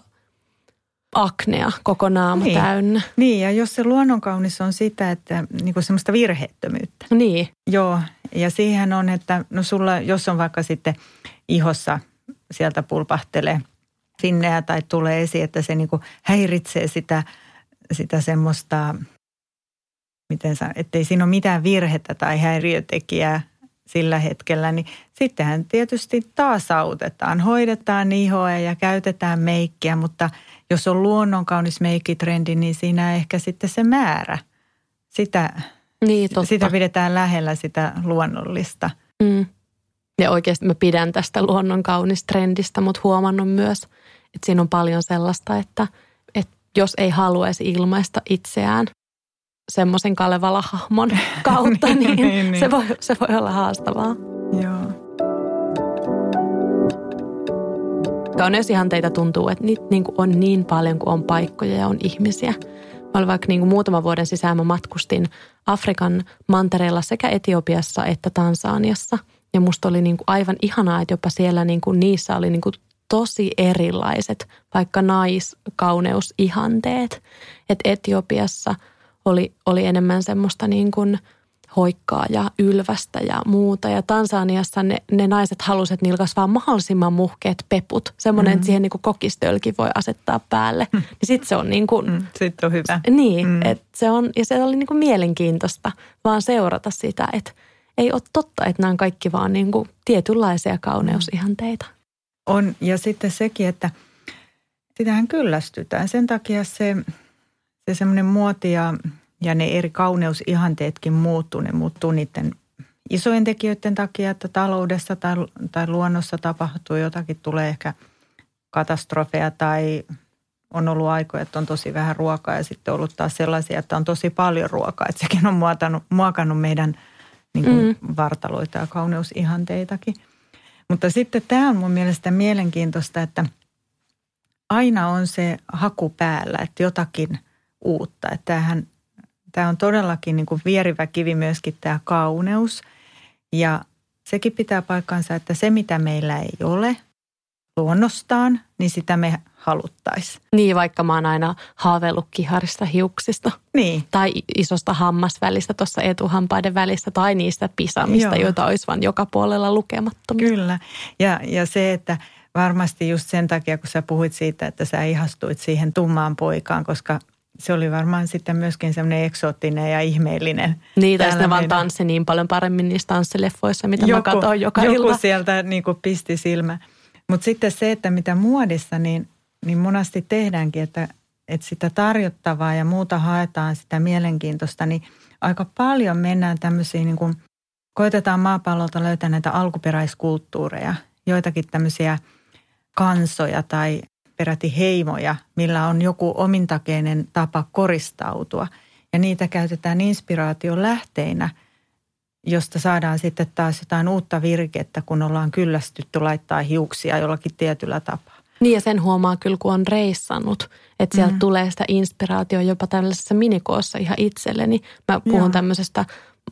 aknea koko naama täynnä. Niin, ja jos se luonnonkaunis on sitä, että niin kuin semmoista virheettömyyttä. Niin. Joo, ja siihen on, että no sulla, jos on vaikka sitten ihossa sieltä pulpahtelee finnejä tai tulee esiin, että se niin kuin häiritsee sitä semmoista, ettei siinä ole mitään virhettä tai häiriötekijää sillä hetkellä, niin sittenhän tietysti taas autetaan, hoidetaan ihoa ja käytetään meikkiä, mutta jos on luonnonkaunis meikkitrendi, niin siinä ehkä sitten se määrä sitä Niin, totta. Sitä pidetään lähellä sitä luonnollista. Ja oikeasti mä pidän tästä luonnon kaunistrendistä, mutta huomannut myös, että siinä on paljon sellaista, että jos ei haluaisi ilmaista itseään semmoisen Kalevala-hahmon kautta, niin. Se voi olla haastavaa. Joo. Kauneusihanteita tuntuu, että niitä niin kuin on niin paljon kuin on paikkoja ja on ihmisiä. Mä olin vaikka niin kuin muutaman vuoden sisään mä matkustin Afrikan mantereella sekä Etiopiassa että Tansaniassa. Ja musta oli niin kuin aivan ihanaa, että jopa siellä niin kuin niissä oli niin kuin tosi erilaiset vaikka naiskauneusihanteet. Että Etiopiassa oli enemmän semmoista niin kuin hoikkaa ja ylvästä ja muuta. Ja Tansaniassa ne naiset halusivat, että niillä kasvaa mahdollisimman muhkeat peput. Semmoinen, että siihen niin kuin kokistölki voi asettaa päälle. Niin sitten se on niin kuin... Sitten on hyvä. Niin, että se on, ja se oli niin kuin mielenkiintoista vaan seurata sitä, että ei ole totta, että nämä on kaikki vaan niin kuin tietynlaisia kauneusihanteita. On, ja sitten sekin, että sitähän kyllästytään. Sen takia se semmoinen muoti ja ne eri kauneusihanteetkin muuttuu. Ne muuttuu niiden isojen tekijöiden takia, että taloudessa tai luonnossa tapahtuu jotakin, tulee ehkä katastrofeja tai on ollut aikoja, että on tosi vähän ruokaa ja sitten on ollut taas sellaisia, että on tosi paljon ruokaa. Että sekin on muokannut meidän niin kuin vartaloita ja kauneusihanteitakin. Mutta sitten tämä on mun mielestä mielenkiintoista, että aina on se haku päällä, että jotakin uutta. Että tämä on todellakin niin kuin vierivä kivi myöskin tämä kauneus. Ja sekin pitää paikkansa, että se mitä meillä ei ole luonnostaan, niin sitä me haluttaisiin. Niin, vaikka mä oon aina haaveillut kiharista hiuksista. Niin. Tai isosta hammasvälistä tuossa etuhampaiden välissä tai niistä pisamista, joita olisi vaan joka puolella lukemattomia. Kyllä. Ja se, että varmasti just sen takia, kun sä puhuit siitä, että sä ihastuit siihen tummaan poikaan, koska se oli varmaan sitten myöskin semmoinen eksoottinen ja ihmeellinen. Niin, tai ne vaan tanssi niin paljon paremmin niissä tanssileffoissa, mitä mä katsoin joka ilta. Joku sieltä niin kuin pisti silmä. Mutta sitten se, että mitä muodissa, niin monasti tehdäänkin, että sitä tarjottavaa ja muuta haetaan sitä mielenkiintoista, niin aika paljon mennään tämmöisiin, niin kuin koitetaan maapallolta löytää näitä alkuperäiskulttuureja, joitakin tämmöisiä kansoja tai peräti heimoja, millä on joku omintakeinen tapa koristautua. Ja niitä käytetään inspiraation lähteinä, josta saadaan sitten taas jotain uutta virkettä, kun ollaan kyllästytty laittaa hiuksia jollakin tietyllä tapaa. Niin ja sen huomaa kyllä, kun on reissannut, että sieltä tulee sitä inspiraatiota jopa tällaisessa minikoossa ihan itselleni. Mä puhun tämmöisestä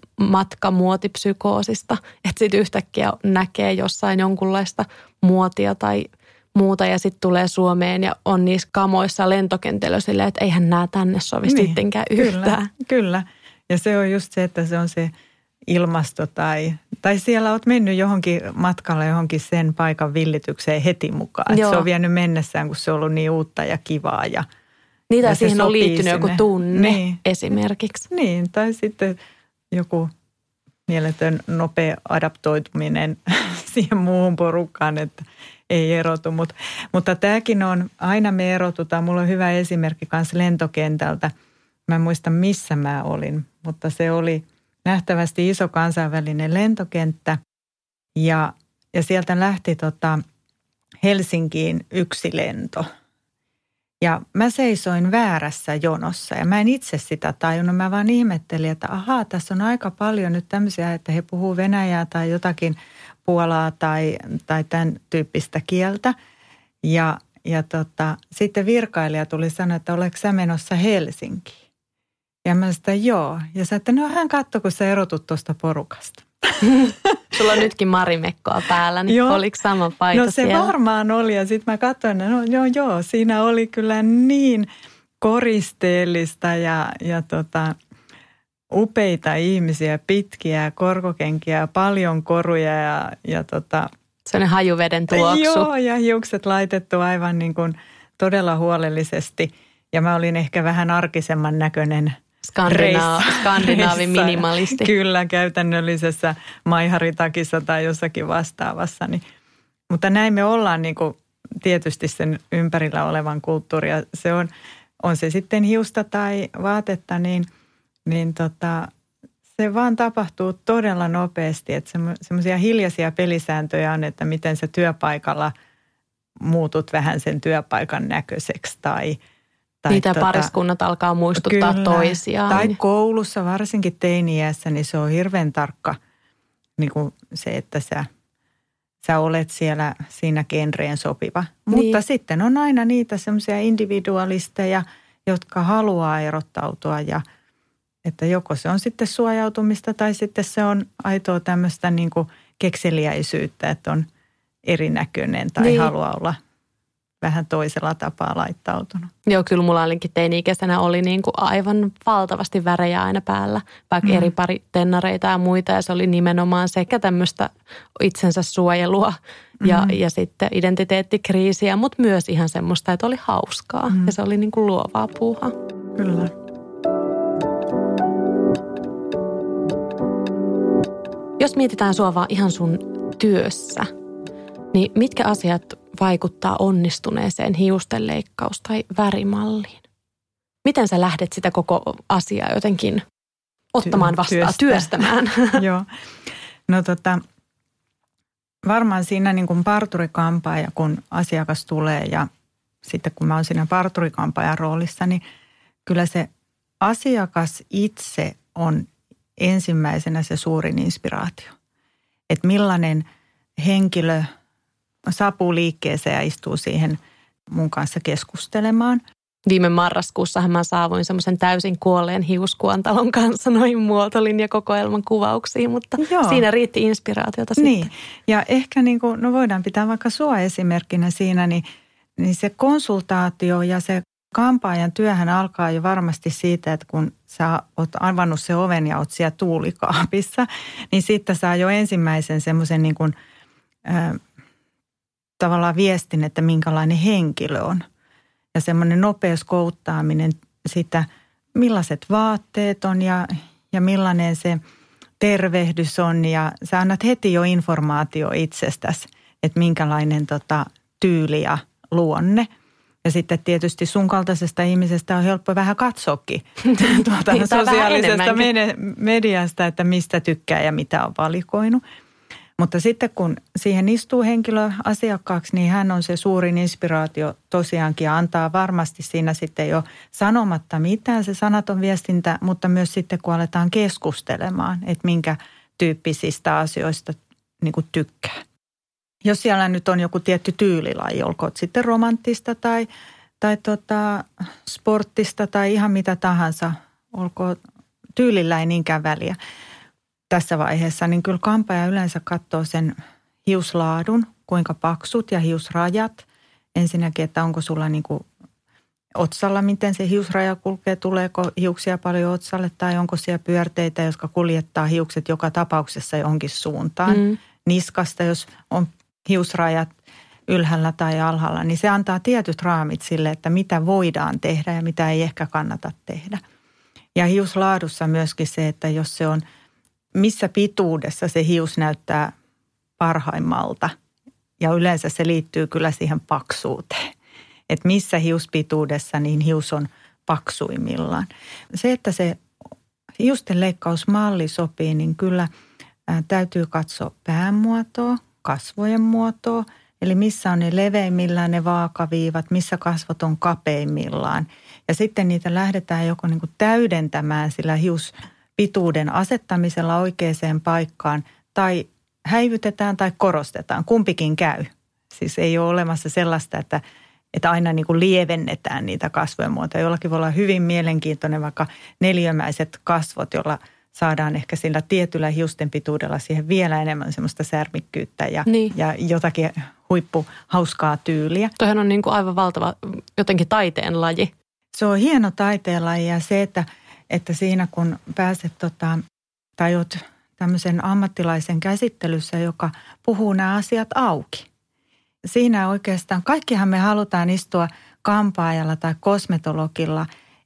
matkamuotipsykoosista, että sitten yhtäkkiä näkee jossain jonkunlaista muotia tai muuta ja sitten tulee Suomeen ja on niissä kamoissa lentokentällä silleen, että eihän nämä tänne sovi sittenkään yhtään. Kyllä. Ja se on just se, että se on se ilmasto tai siellä olet mennyt johonkin matkalle johonkin sen paikan villitykseen heti mukaan. Se on vienyt mennessään, kun se on ollut niin uutta ja kivaa. Niin, tai siihen on liittynyt joku tunne esimerkiksi. Niin, tai sitten joku mieletön nopea adaptoituminen siihen muuhun porukkaan, että ei erotu. Mutta tämäkin on, aina me erotutaan. Mulla on hyvä esimerkki kanssa lentokentältä. Mä en muista missä mä olin, mutta se oli nähtävästi iso kansainvälinen lentokenttä ja sieltä lähti Helsinkiin yksi lento. Ja mä seisoin väärässä jonossa ja mä en itse sitä tajunnut. Mä vaan ihmettelin, että ahaa, tässä on aika paljon nyt tämmöisiä, että he puhuu venäjää tai jotakin puolaa tai tämän tyyppistä kieltä. Ja sitten virkailija tuli sanoa, että oletko sä menossa Helsinkiin? Ja mä sitä joo. Ja sä, että no hän katso, kun sä erotut tuosta porukasta. Sulla on nytkin marimekkoa päällä, niin oliko sama paita siellä? No se varmaan oli ja sitten mä katsoin, no joo, siinä oli kyllä niin koristeellista ja upeita ihmisiä, pitkiä korkokenkiä, paljon koruja ja sellainen hajuveden tuoksu. Joo, ja hiukset laitettu aivan niin kuin todella huolellisesti. Ja mä olin ehkä vähän arkisemman näköinen skandinaavi minimalisti. Kyllä, käytännöllisessä maiharitakissa tai jossakin vastaavassa. Mutta näin me ollaan niin kuin tietysti sen ympärillä olevan kulttuuria. Se on se sitten hiusta tai vaatetta, niin Se vaan tapahtuu todella nopeasti, että semmoisia hiljaisia pelisääntöjä on, että miten sä työpaikalla muutut vähän sen työpaikan näköiseksi tai niitä pariskunnat alkaa muistuttaa kyllä, toisiaan. Tai koulussa, varsinkin teini-iässä, niin se on hirveän tarkka niin kuin se, että sä olet siellä siinä genreen sopiva. Niin. Mutta sitten on aina niitä semmoisia individualisteja, jotka haluaa erottautua ja että joko se on sitten suojautumista tai sitten se on aitoa tämmöistä niin kuin kekseliäisyyttä, että on erinäköinen tai haluaa olla vähän toisella tapaa laittautunut. Joo, kyllä mulla ainakin teini-ikäisenä oli niin kuin aivan valtavasti värejä aina päällä, vaikka eri tennareita ja muita. Ja se oli nimenomaan sekä tämmöistä itsensä suojelua ja sitten identiteettikriisiä, mutta myös ihan semmoista, että oli hauskaa. Ja se oli niin kuin luovaa puuhaa. Kyllä. Jos mietitään sua vaan ihan sun työssä, niin mitkä asiat vaikuttaa onnistuneeseen hiustenleikkaus- tai värimalliin? Miten sä lähdet sitä koko asiaa jotenkin ottamaan vastaan, työstämään? Joo. No varmaan siinä niin kuin parturikampaaja, kun asiakas tulee ja sitten kun mä oon siinä parturikampaajan roolissa, niin kyllä se asiakas itse on ensimmäisenä se suurin inspiraatio. Että millainen henkilö saapuu liikkeeseen ja istuu siihen mun kanssa keskustelemaan. Viime marraskuussahan mä saavuin semmoisen täysin kuolleen hiuskuantalon kanssa noihin muotolinjakokoelman kuvauksiin, mutta siinä riitti inspiraatiota sitten. Niin, ja ehkä niin kuin, no voidaan pitää vaikka sua esimerkkinä siinä, niin se konsultaatio ja se kampaajan työhän alkaa jo varmasti siitä, että kun sä oot avannut se oven ja oot siellä tuulikaapissa, niin sitten saa jo ensimmäisen semmoisen niin kuin tavallaan viestin, että minkälainen henkilö on. Ja semmoinen nopeus kouttaaminen sitä, millaiset vaatteet on ja millainen se tervehdys on. Ja sä annat heti jo informaatio itsestäsi, että minkälainen tyyli ja luonne. Ja sitten tietysti sun kaltaisesta ihmisestä on helppo vähän katsoakin sosiaalisesta mediasta, että mistä tykkää ja mitä on valikoinut. Mutta sitten kun siihen istuu henkilö asiakkaaksi, niin hän on se suurin inspiraatio tosiaankin ja antaa varmasti siinä sitten jo sanomatta mitään se sanaton viestintä, mutta myös sitten kun aletaan keskustelemaan, että minkä tyyppisistä asioista niin kuin tykkää. Jos siellä nyt on joku tietty tyylilaji, olkoon sitten romanttista tai sporttista tai ihan mitä tahansa, olkoon tyylillä ei niinkään väliä. Tässä vaiheessa, niin kyllä kampaaja yleensä katsoo sen hiuslaadun, kuinka paksut ja hiusrajat. Ensinnäkin, että onko sulla niin kuin otsalla, miten se hiusraja kulkee, tuleeko hiuksia paljon otsalle tai onko siellä pyörteitä, jotka kuljettaa hiukset joka tapauksessa johonkin suuntaan. Niskasta, jos on hiusrajat ylhäällä tai alhaalla, niin se antaa tietyt raamit sille, että mitä voidaan tehdä ja mitä ei ehkä kannata tehdä. Ja hiuslaadussa myöskin se, että jos se on missä pituudessa se hius näyttää parhaimmalta. Ja yleensä se liittyy kyllä siihen paksuuteen. Että missä hiuspituudessa niin hius on paksuimmillaan. Se, että se hiusten leikkausmalli sopii, niin kyllä täytyy katsoa päämuotoa, kasvojen muotoa. Eli missä on ne leveimmillään ne vaakaviivat, missä kasvot on kapeimmillaan. Ja sitten niitä lähdetään joko niin kuin täydentämään sillä pituuden asettamisella oikeaan paikkaan tai häivytetään tai korostetaan. Kumpikin käy. Siis ei ole olemassa sellaista, että aina niin kuin lievennetään niitä kasvojen muotoja. Jollakin voi olla hyvin mielenkiintoinen vaikka neliömäiset kasvot, jolla saadaan ehkä sillä tietyllä hiusten pituudella siihen vielä enemmän semmoista särmikkyyttä ja jotakin huippuhauskaa tyyliä. Toihan on niin kuin aivan valtava jotenkin taiteen laji. Se on hieno taiteen laji ja se, että siinä kun pääset tai oot tämmöisen ammattilaisen käsittelyssä, joka puhuu nämä asiat auki. Siinä oikeastaan kaikkihan me halutaan istua kampaajalla tai kosmetologilla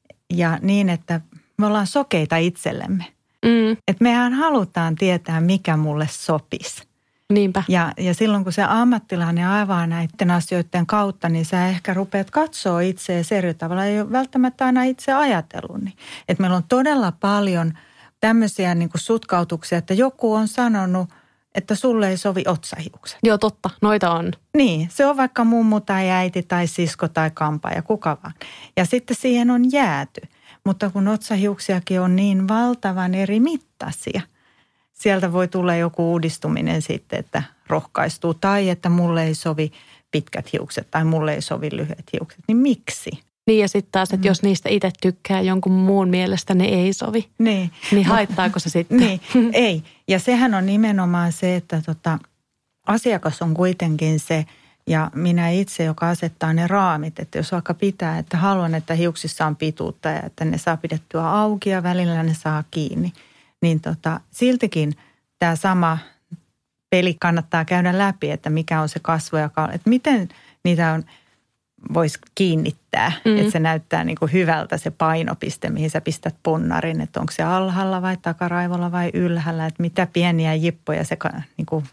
ja niin, että me ollaan sokeita itsellemme. Että mehän halutaan tietää, mikä mulle sopisi. Niinpä. Ja silloin, kun se ammattilainen avaa näiden asioiden kautta, niin sä ehkä rupeat katsoa itseä eri tavalla. Ei ole välttämättä aina itse ajatellut. Niin. Että meillä on todella paljon tämmöisiä niin kuin sutkautuksia, että joku on sanonut, että sulle ei sovi otsahiukset. Joo, totta. Noita on. Niin, se on vaikka mummu tai äiti tai sisko tai kampaaja, kuka vaan. Ja sitten siihen on jääty. Mutta kun otsahiuksiakin on niin valtavan eri mittaisia, sieltä voi tulla joku uudistuminen sitten, että rohkaistuu. Tai että mulle ei sovi pitkät hiukset tai mulle ei sovi lyhyet hiukset. Niin miksi? Niin ja sitten taas, että jos niistä itse tykkää jonkun muun mielestä, ne ei sovi. Niin haittaako se sitten? Niin, ei. Ja sehän on nimenomaan se, että asiakas on kuitenkin se, ja minä itse, joka asettaa ne raamit, että jos vaikka pitää, että haluan, että hiuksissa on pituutta ja että ne saa pidettyä auki ja välillä ne saa kiinni, niin siltikin tämä sama peli kannattaa käydä läpi, että mikä on se kasvo ja että miten niitä voisi kiinnittää, että se näyttää niin kuin hyvältä se painopiste, mihin sä pistät punnarin, että onko se alhaalla vai takaraivolla vai ylhäällä, että mitä pieniä jippoja se niin kuin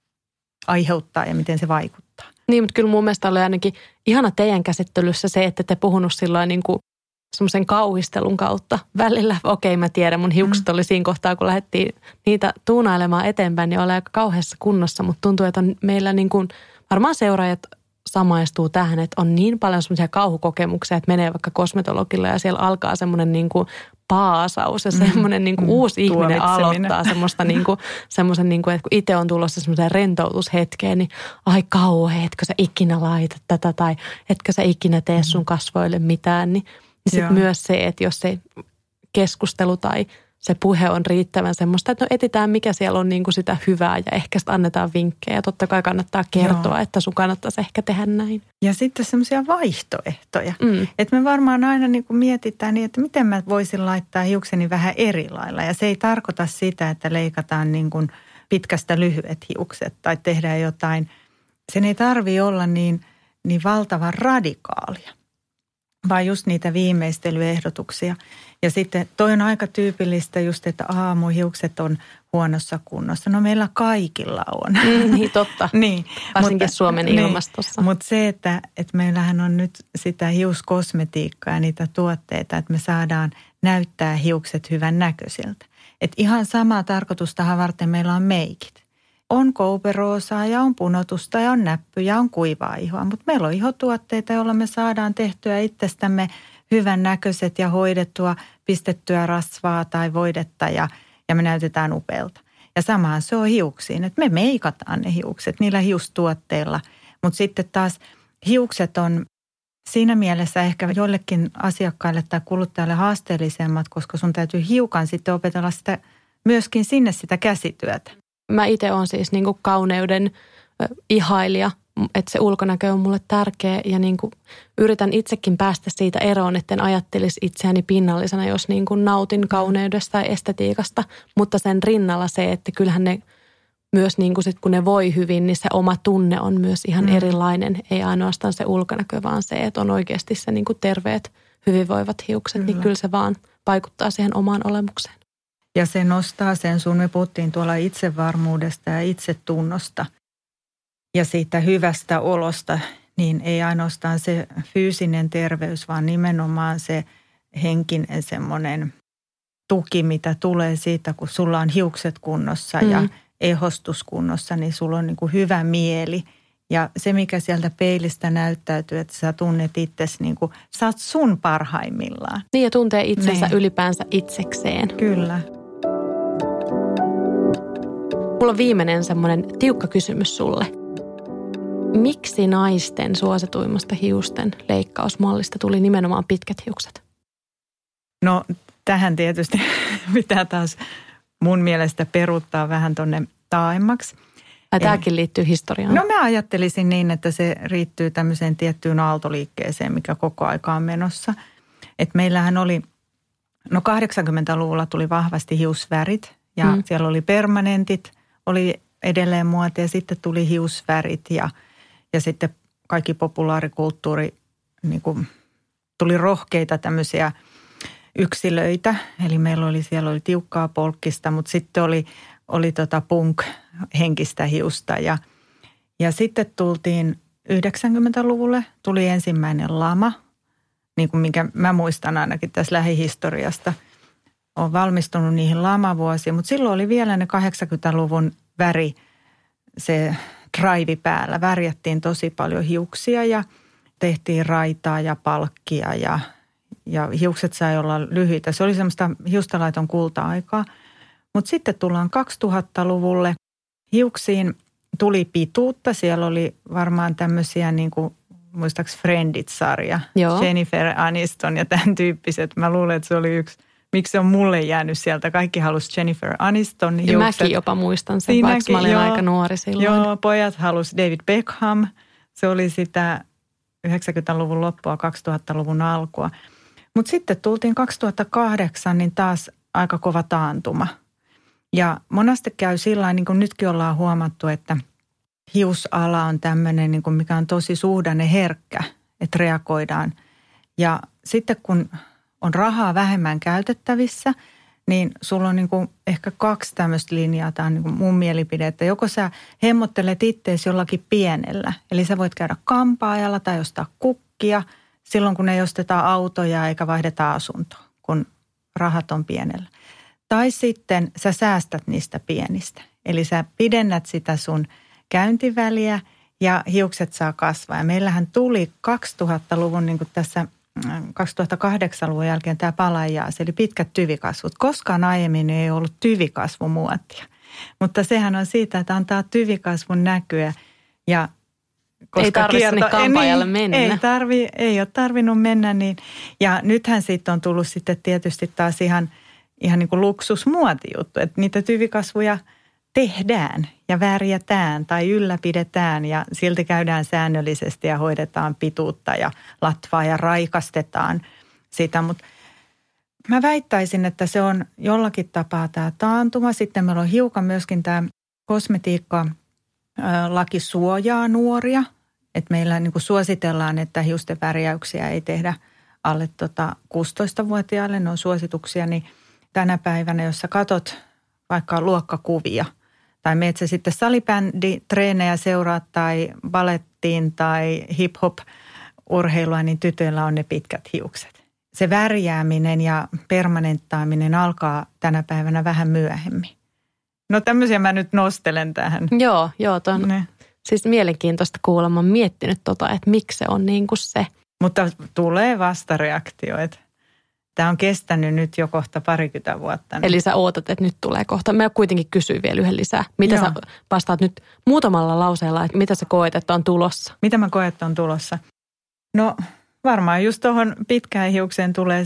aiheuttaa ja miten se vaikuttaa. Niin, mutta kyllä mun mielestä oli ainakin ihana teidän käsittelyssä se, että te puhunut silloin niin kuin semmoisen kauhistelun kautta. Välillä, okei, mä tiedän, mun hiukset oli siinä kohtaa, kun lähdettiin niitä tuunailemaan eteenpäin, niin oli aika kauheassa kunnossa, mutta tuntuu, että on meillä niin kuin, varmaan seuraajat samaistuu tähän, että on niin paljon semmoisia kauhukokemuksia, että menee vaikka kosmetologille ja siellä alkaa semmoinen niin kuin paasaus ja semmoinen niin kuin uusi ihminen aloittaa semmoista niin kuin, semmoisen niin kuin, että kun itse on tulossa semmoiseen rentoutushetkeen, niin ai kauhea, etkö sä ikinä laita tätä tai etkö sä ikinä tee sun kasvoille mitään, niin sitten myös se, että jos se keskustelu tai se puhe on riittävän semmoista, että no etsitään mikä siellä on niin kuin sitä hyvää ja ehkä sitä annetaan vinkkejä. Ja totta kai kannattaa kertoa, että sun kannattaisi ehkä tehdä näin. Ja sitten semmoisia vaihtoehtoja. Että me varmaan aina niin kuin mietitään niin, että miten mä voisin laittaa hiukseni vähän eri lailla. Ja se ei tarkoita sitä, että leikataan niin kuin pitkästä lyhyet hiukset tai tehdään jotain. Sen ei tarvitse olla niin valtavan radikaalia, vaan just niitä viimeistelyehdotuksia. Ja sitten toi on aika tyypillistä just, että mun hiukset on huonossa kunnossa. No meillä kaikilla on. Niin totta, niin, varsinkin Suomen ilmastossa. Mutta se, että meillähän on nyt sitä hiuskosmetiikkaa ja niitä tuotteita, että me saadaan näyttää hiukset hyvän näköisiltä. Että ihan samaa tarkoitustahan varten meillä on meikit. On kouperoosaa ja on punotusta ja on näppyjä, on kuivaa ihoa. Mutta meillä on ihotuotteita, joilla me saadaan tehtyä itsestämme hyvän näköiset ja hoidettua, pistettyä rasvaa tai voidetta ja me näytetään upealta. Ja samaan se on hiuksiin, että me meikataan ne hiukset niillä hiustuotteilla. Mutta sitten taas hiukset on siinä mielessä ehkä joillekin asiakkaille tai kuluttajalle haasteellisemmat, koska sun täytyy hiukan sitten opetella sitä, myöskin sinne sitä käsityötä. Mä itse olen siis niin kuin kauneuden ihailija, että se ulkonäkö on mulle tärkeä ja niin kuin yritän itsekin päästä siitä eroon, etten ajattelisi itseäni pinnallisena, jos niin kuin nautin kauneudesta ja estetiikasta. Mutta sen rinnalla se, että kyllähän ne myös niin kuin sit, kun ne voi hyvin, niin se oma tunne on myös ihan erilainen. Ei ainoastaan se ulkonäkö, vaan se, että on oikeasti se niin kuin terveet, hyvinvoivat hiukset, niin kyllä se vaan vaikuttaa siihen omaan olemukseen. Ja se nostaa sen sun, me puhuttiin tuolla itsevarmuudesta ja itsetunnosta ja siitä hyvästä olosta, niin ei ainoastaan se fyysinen terveys, vaan nimenomaan se henkinen semmoinen tuki, mitä tulee siitä, kun sulla on hiukset kunnossa ja ehostus kunnossa, niin sulla on niin kuin hyvä mieli. Ja se, mikä sieltä peilistä näyttäytyy, että sä tunnet itsesi niin kuin, sä oot sun parhaimmillaan. Niin ja tuntee itsensä ylipäänsä itsekseen. Kyllä. Mulla on viimeinen semmoinen tiukka kysymys sulle. Miksi naisten suosituimmasta hiusten leikkausmallista tuli nimenomaan pitkät hiukset? No tähän tietysti pitää taas mun mielestä peruuttaa vähän tonne taaemmaksi. Tämäkin liittyy historiaan. No mä ajattelisin niin, että se riittyy tämmöiseen tiettyyn aaltoliikkeeseen, mikä koko aika on menossa. Että meillähän oli, 80-luvulla tuli vahvasti hiusvärit ja siellä oli permanentit, oli edelleen muotia. Sitten tuli hiusvärit ja sitten kaikki populaarikulttuuri, niin kuin, tuli rohkeita tämmöisiä yksilöitä. Eli siellä oli tiukkaa polkkista, mutta sitten oli punk-henkistä hiusta ja sitten tultiin 90-luvulle, tuli ensimmäinen lama, niin kuin minkä mä muistan ainakin tässä lähihistoriasta. olen valmistunut niihin lamavuosiin, mutta silloin oli vielä ne 80-luvun väri, se drive päällä. Värjättiin tosi paljon hiuksia ja tehtiin raitaa ja palkkia ja hiukset sai olla lyhyitä. Se oli semmoista hiustalaiton kulta-aikaa. Mutta sitten tullaan 2000-luvulle. Hiuksiin tuli pituutta. Siellä oli varmaan tämmöisiä niin kuin muistaaks Friendit-sarja. Joo. Jennifer Aniston ja tämän tyyppiset. Mä luulen, että se oli yksi, miksi se on mulle jäänyt sieltä. Kaikki halusi Jennifer Aniston hiukset. Mäkin jopa muistan sen, vaikka mä olin aika nuori silloin. Joo, pojat halusi David Beckham. Se oli sitä 90-luvun loppua, 2000-luvun alkua. Mutta sitten tultiin 2008, niin taas aika kova taantuma. Ja monesti käy sillä niin kuin nytkin ollaan huomattu, että hiusala on tämmöinen, niin kuin mikä on tosi suhdanneherkkä, että reagoidaan. Ja sitten kun on rahaa vähemmän käytettävissä, niin sulla on niin kuin ehkä kaksi tämmöistä linjaa. Tämä on niin kuin mun mielipide, että joko sä hemmottelet itteesi jollakin pienellä. Eli sä voit käydä kampaajalla tai ostaa kukkia silloin, kun ei osteta autoja eikä vaihdeta asuntoa, kun rahat on pienellä. Tai sitten sä säästät niistä pienistä. Eli sä pidennät sitä sun käyntiväliä ja hiukset saa kasvaa. Ja meillähän tuli 2000-luvun niin kuin tässä 2008-luvun jälkeen tämä palajaas, eli pitkät tyvikasvut. Koskaan aiemmin ei ollut tyvikasvumuotia. Mutta sehän on siitä, että antaa tyvikasvun näkyä. Ja koska ei tarvitse sinne kampaajalle mennä. Ei ole tarvinnut mennä niin. Ja nythän siitä on tullut sitten tietysti taas ihan niin kuin luksusmuotijuttu, että niitä tyvikasvuja tehdään ja värjätään tai ylläpidetään ja silti käydään säännöllisesti ja hoidetaan pituutta ja latvaa ja raikastetaan sitä. Mutta mä väittäisin, että se on jollakin tapaa tämä taantuma. Sitten meillä on hiukan myöskin tämä kosmetiikka-laki suojaa nuoria. Että meillä niin kuin suositellaan, että hiusten värjäyksiä ei tehdä alle 16-vuotiaille. Ne on suosituksia, niin tänä päivänä, jos sä katot vaikka luokkakuvia tai meet sä sitten salibänditreenejä seuraat tai balettiin tai hip-hop-urheilua, niin tytöillä on ne pitkät hiukset. Se värjääminen ja permanenttaaminen alkaa tänä päivänä vähän myöhemmin. No tämmöisiä mä nyt nostelen tähän. Joo, siis mielenkiintoista kuulla. Mä oon miettinyt että miksi se on niin kuin se. Mutta tulee vastareaktio, että tämä on kestänyt nyt jo kohta 20 vuotta. Eli sä ootat, että nyt tulee kohta. Mä kuitenkin kysyin vielä yhden lisää. Mitä sä vastaat nyt muutamalla lauseella, että mitä sä koet, että on tulossa? Mitä mä koen, että on tulossa? No varmaan just tuohon pitkään hiukseen tulee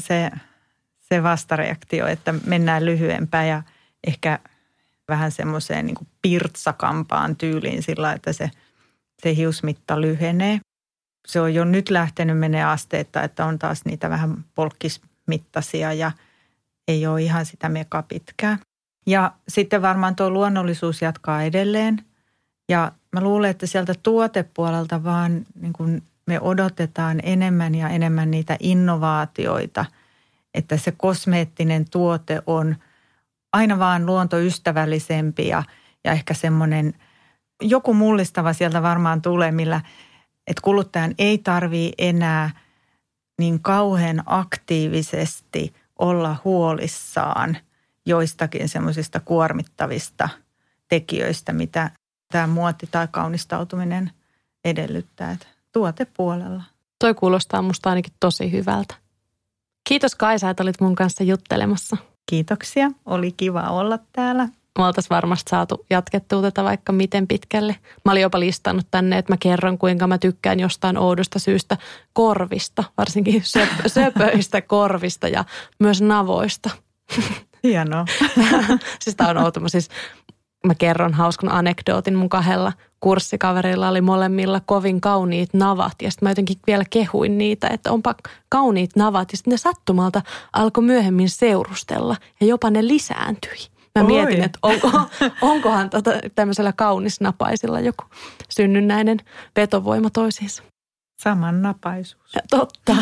se vastareaktio, että mennään lyhyempään ja ehkä vähän semmoiseen niin kuin pirtsakampaan tyyliin sillä, että se hiusmitta lyhenee. Se on jo nyt lähtenyt menee asteetta, että on taas niitä vähän polkkismittaisia ja ei ole ihan sitä mega pitkää. Ja sitten varmaan tuo luonnollisuus jatkaa edelleen. Ja mä luulen, että sieltä tuotepuolelta vaan niin kuin me odotetaan enemmän ja enemmän niitä innovaatioita, että se kosmeettinen tuote on aina vaan luontoystävällisempi ja ehkä semmoinen joku mullistava sieltä varmaan tulee, millä että kuluttajan ei tarvitse enää niin kauhean aktiivisesti olla huolissaan joistakin semmoisista kuormittavista tekijöistä, mitä tämä muoti tai kaunistautuminen edellyttää. Että tuotepuolella. Toi kuulostaa musta ainakin tosi hyvältä. Kiitos Kaisa, että olit mun kanssa juttelemassa. Kiitoksia. Oli kiva olla täällä. Me oltaisiin varmasti saatu jatkettua tätä vaikka miten pitkälle. Mä olin jopa listannut tänne, että mä kerron, kuinka mä tykkään jostain oudosta syystä korvista, varsinkin söpöistä korvista ja myös navoista. Hienoa. Siis tää on outo. Siis mä kerron hauskan anekdootin. Mun 2 kurssikaverilla oli molemmilla kovin kauniit navat ja sitten mä jotenkin vielä kehuin niitä, että onpa kauniit navat ja sitten ne sattumalta alkoi myöhemmin seurustella ja jopa ne lisääntyi. Mä mietin, että onkohan tämmöisellä kaunisnapaisilla joku synnynnäinen vetovoima toisiinsa. Samannapaisuus. Totta.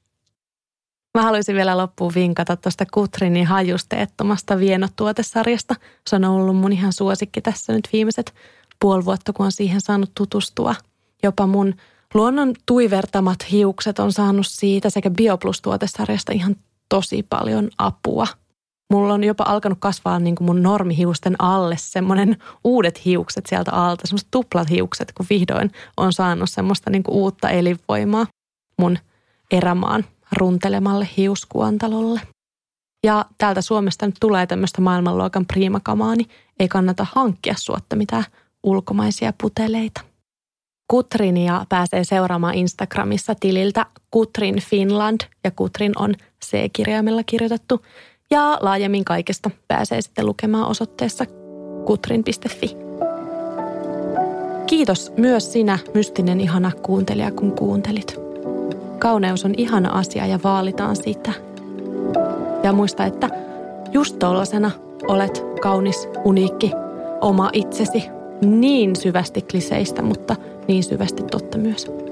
Mä haluaisin vielä loppuun vinkata tuosta Cutrinin hajusteettomasta Vieno-tuotesarjasta. Se on ollut mun ihan suosikki tässä nyt viimeiset 5 vuotta, kun on siihen saanut tutustua. Jopa mun luonnon tuivertamat hiukset on saanut siitä sekä BioPlus-tuotesarjasta ihan tosi paljon apua. Mulla on jopa alkanut kasvaa niin kuin mun normihiusten alle semmoinen uudet hiukset sieltä alta, semmoiset tuplat hiukset, kun vihdoin on saanut semmoista niin kuin uutta elinvoimaa mun erämaan runtelemalle hiuskuontalolle. Ja täältä Suomesta nyt tulee tämmöistä maailmanluokan priimakamaa, niin ei kannata hankkia suotta mitään ulkomaisia puteleita. Kutrinia pääsee seuraamaan Instagramissa tililtä Kutrin Finland ja Kutrin on C-kirjaimella kirjoitettu. Ja laajemmin kaikesta pääsee sitten lukemaan osoitteessa kutrin.fi. Kiitos myös sinä, mystinen ihana kuuntelija, kun kuuntelit. Kauneus on ihana asia ja vaalitaan sitä. Ja muista, että just tollasena olet kaunis, uniikki, oma itsesi. Niin syvästi kliseistä, mutta niin syvästi totta myös.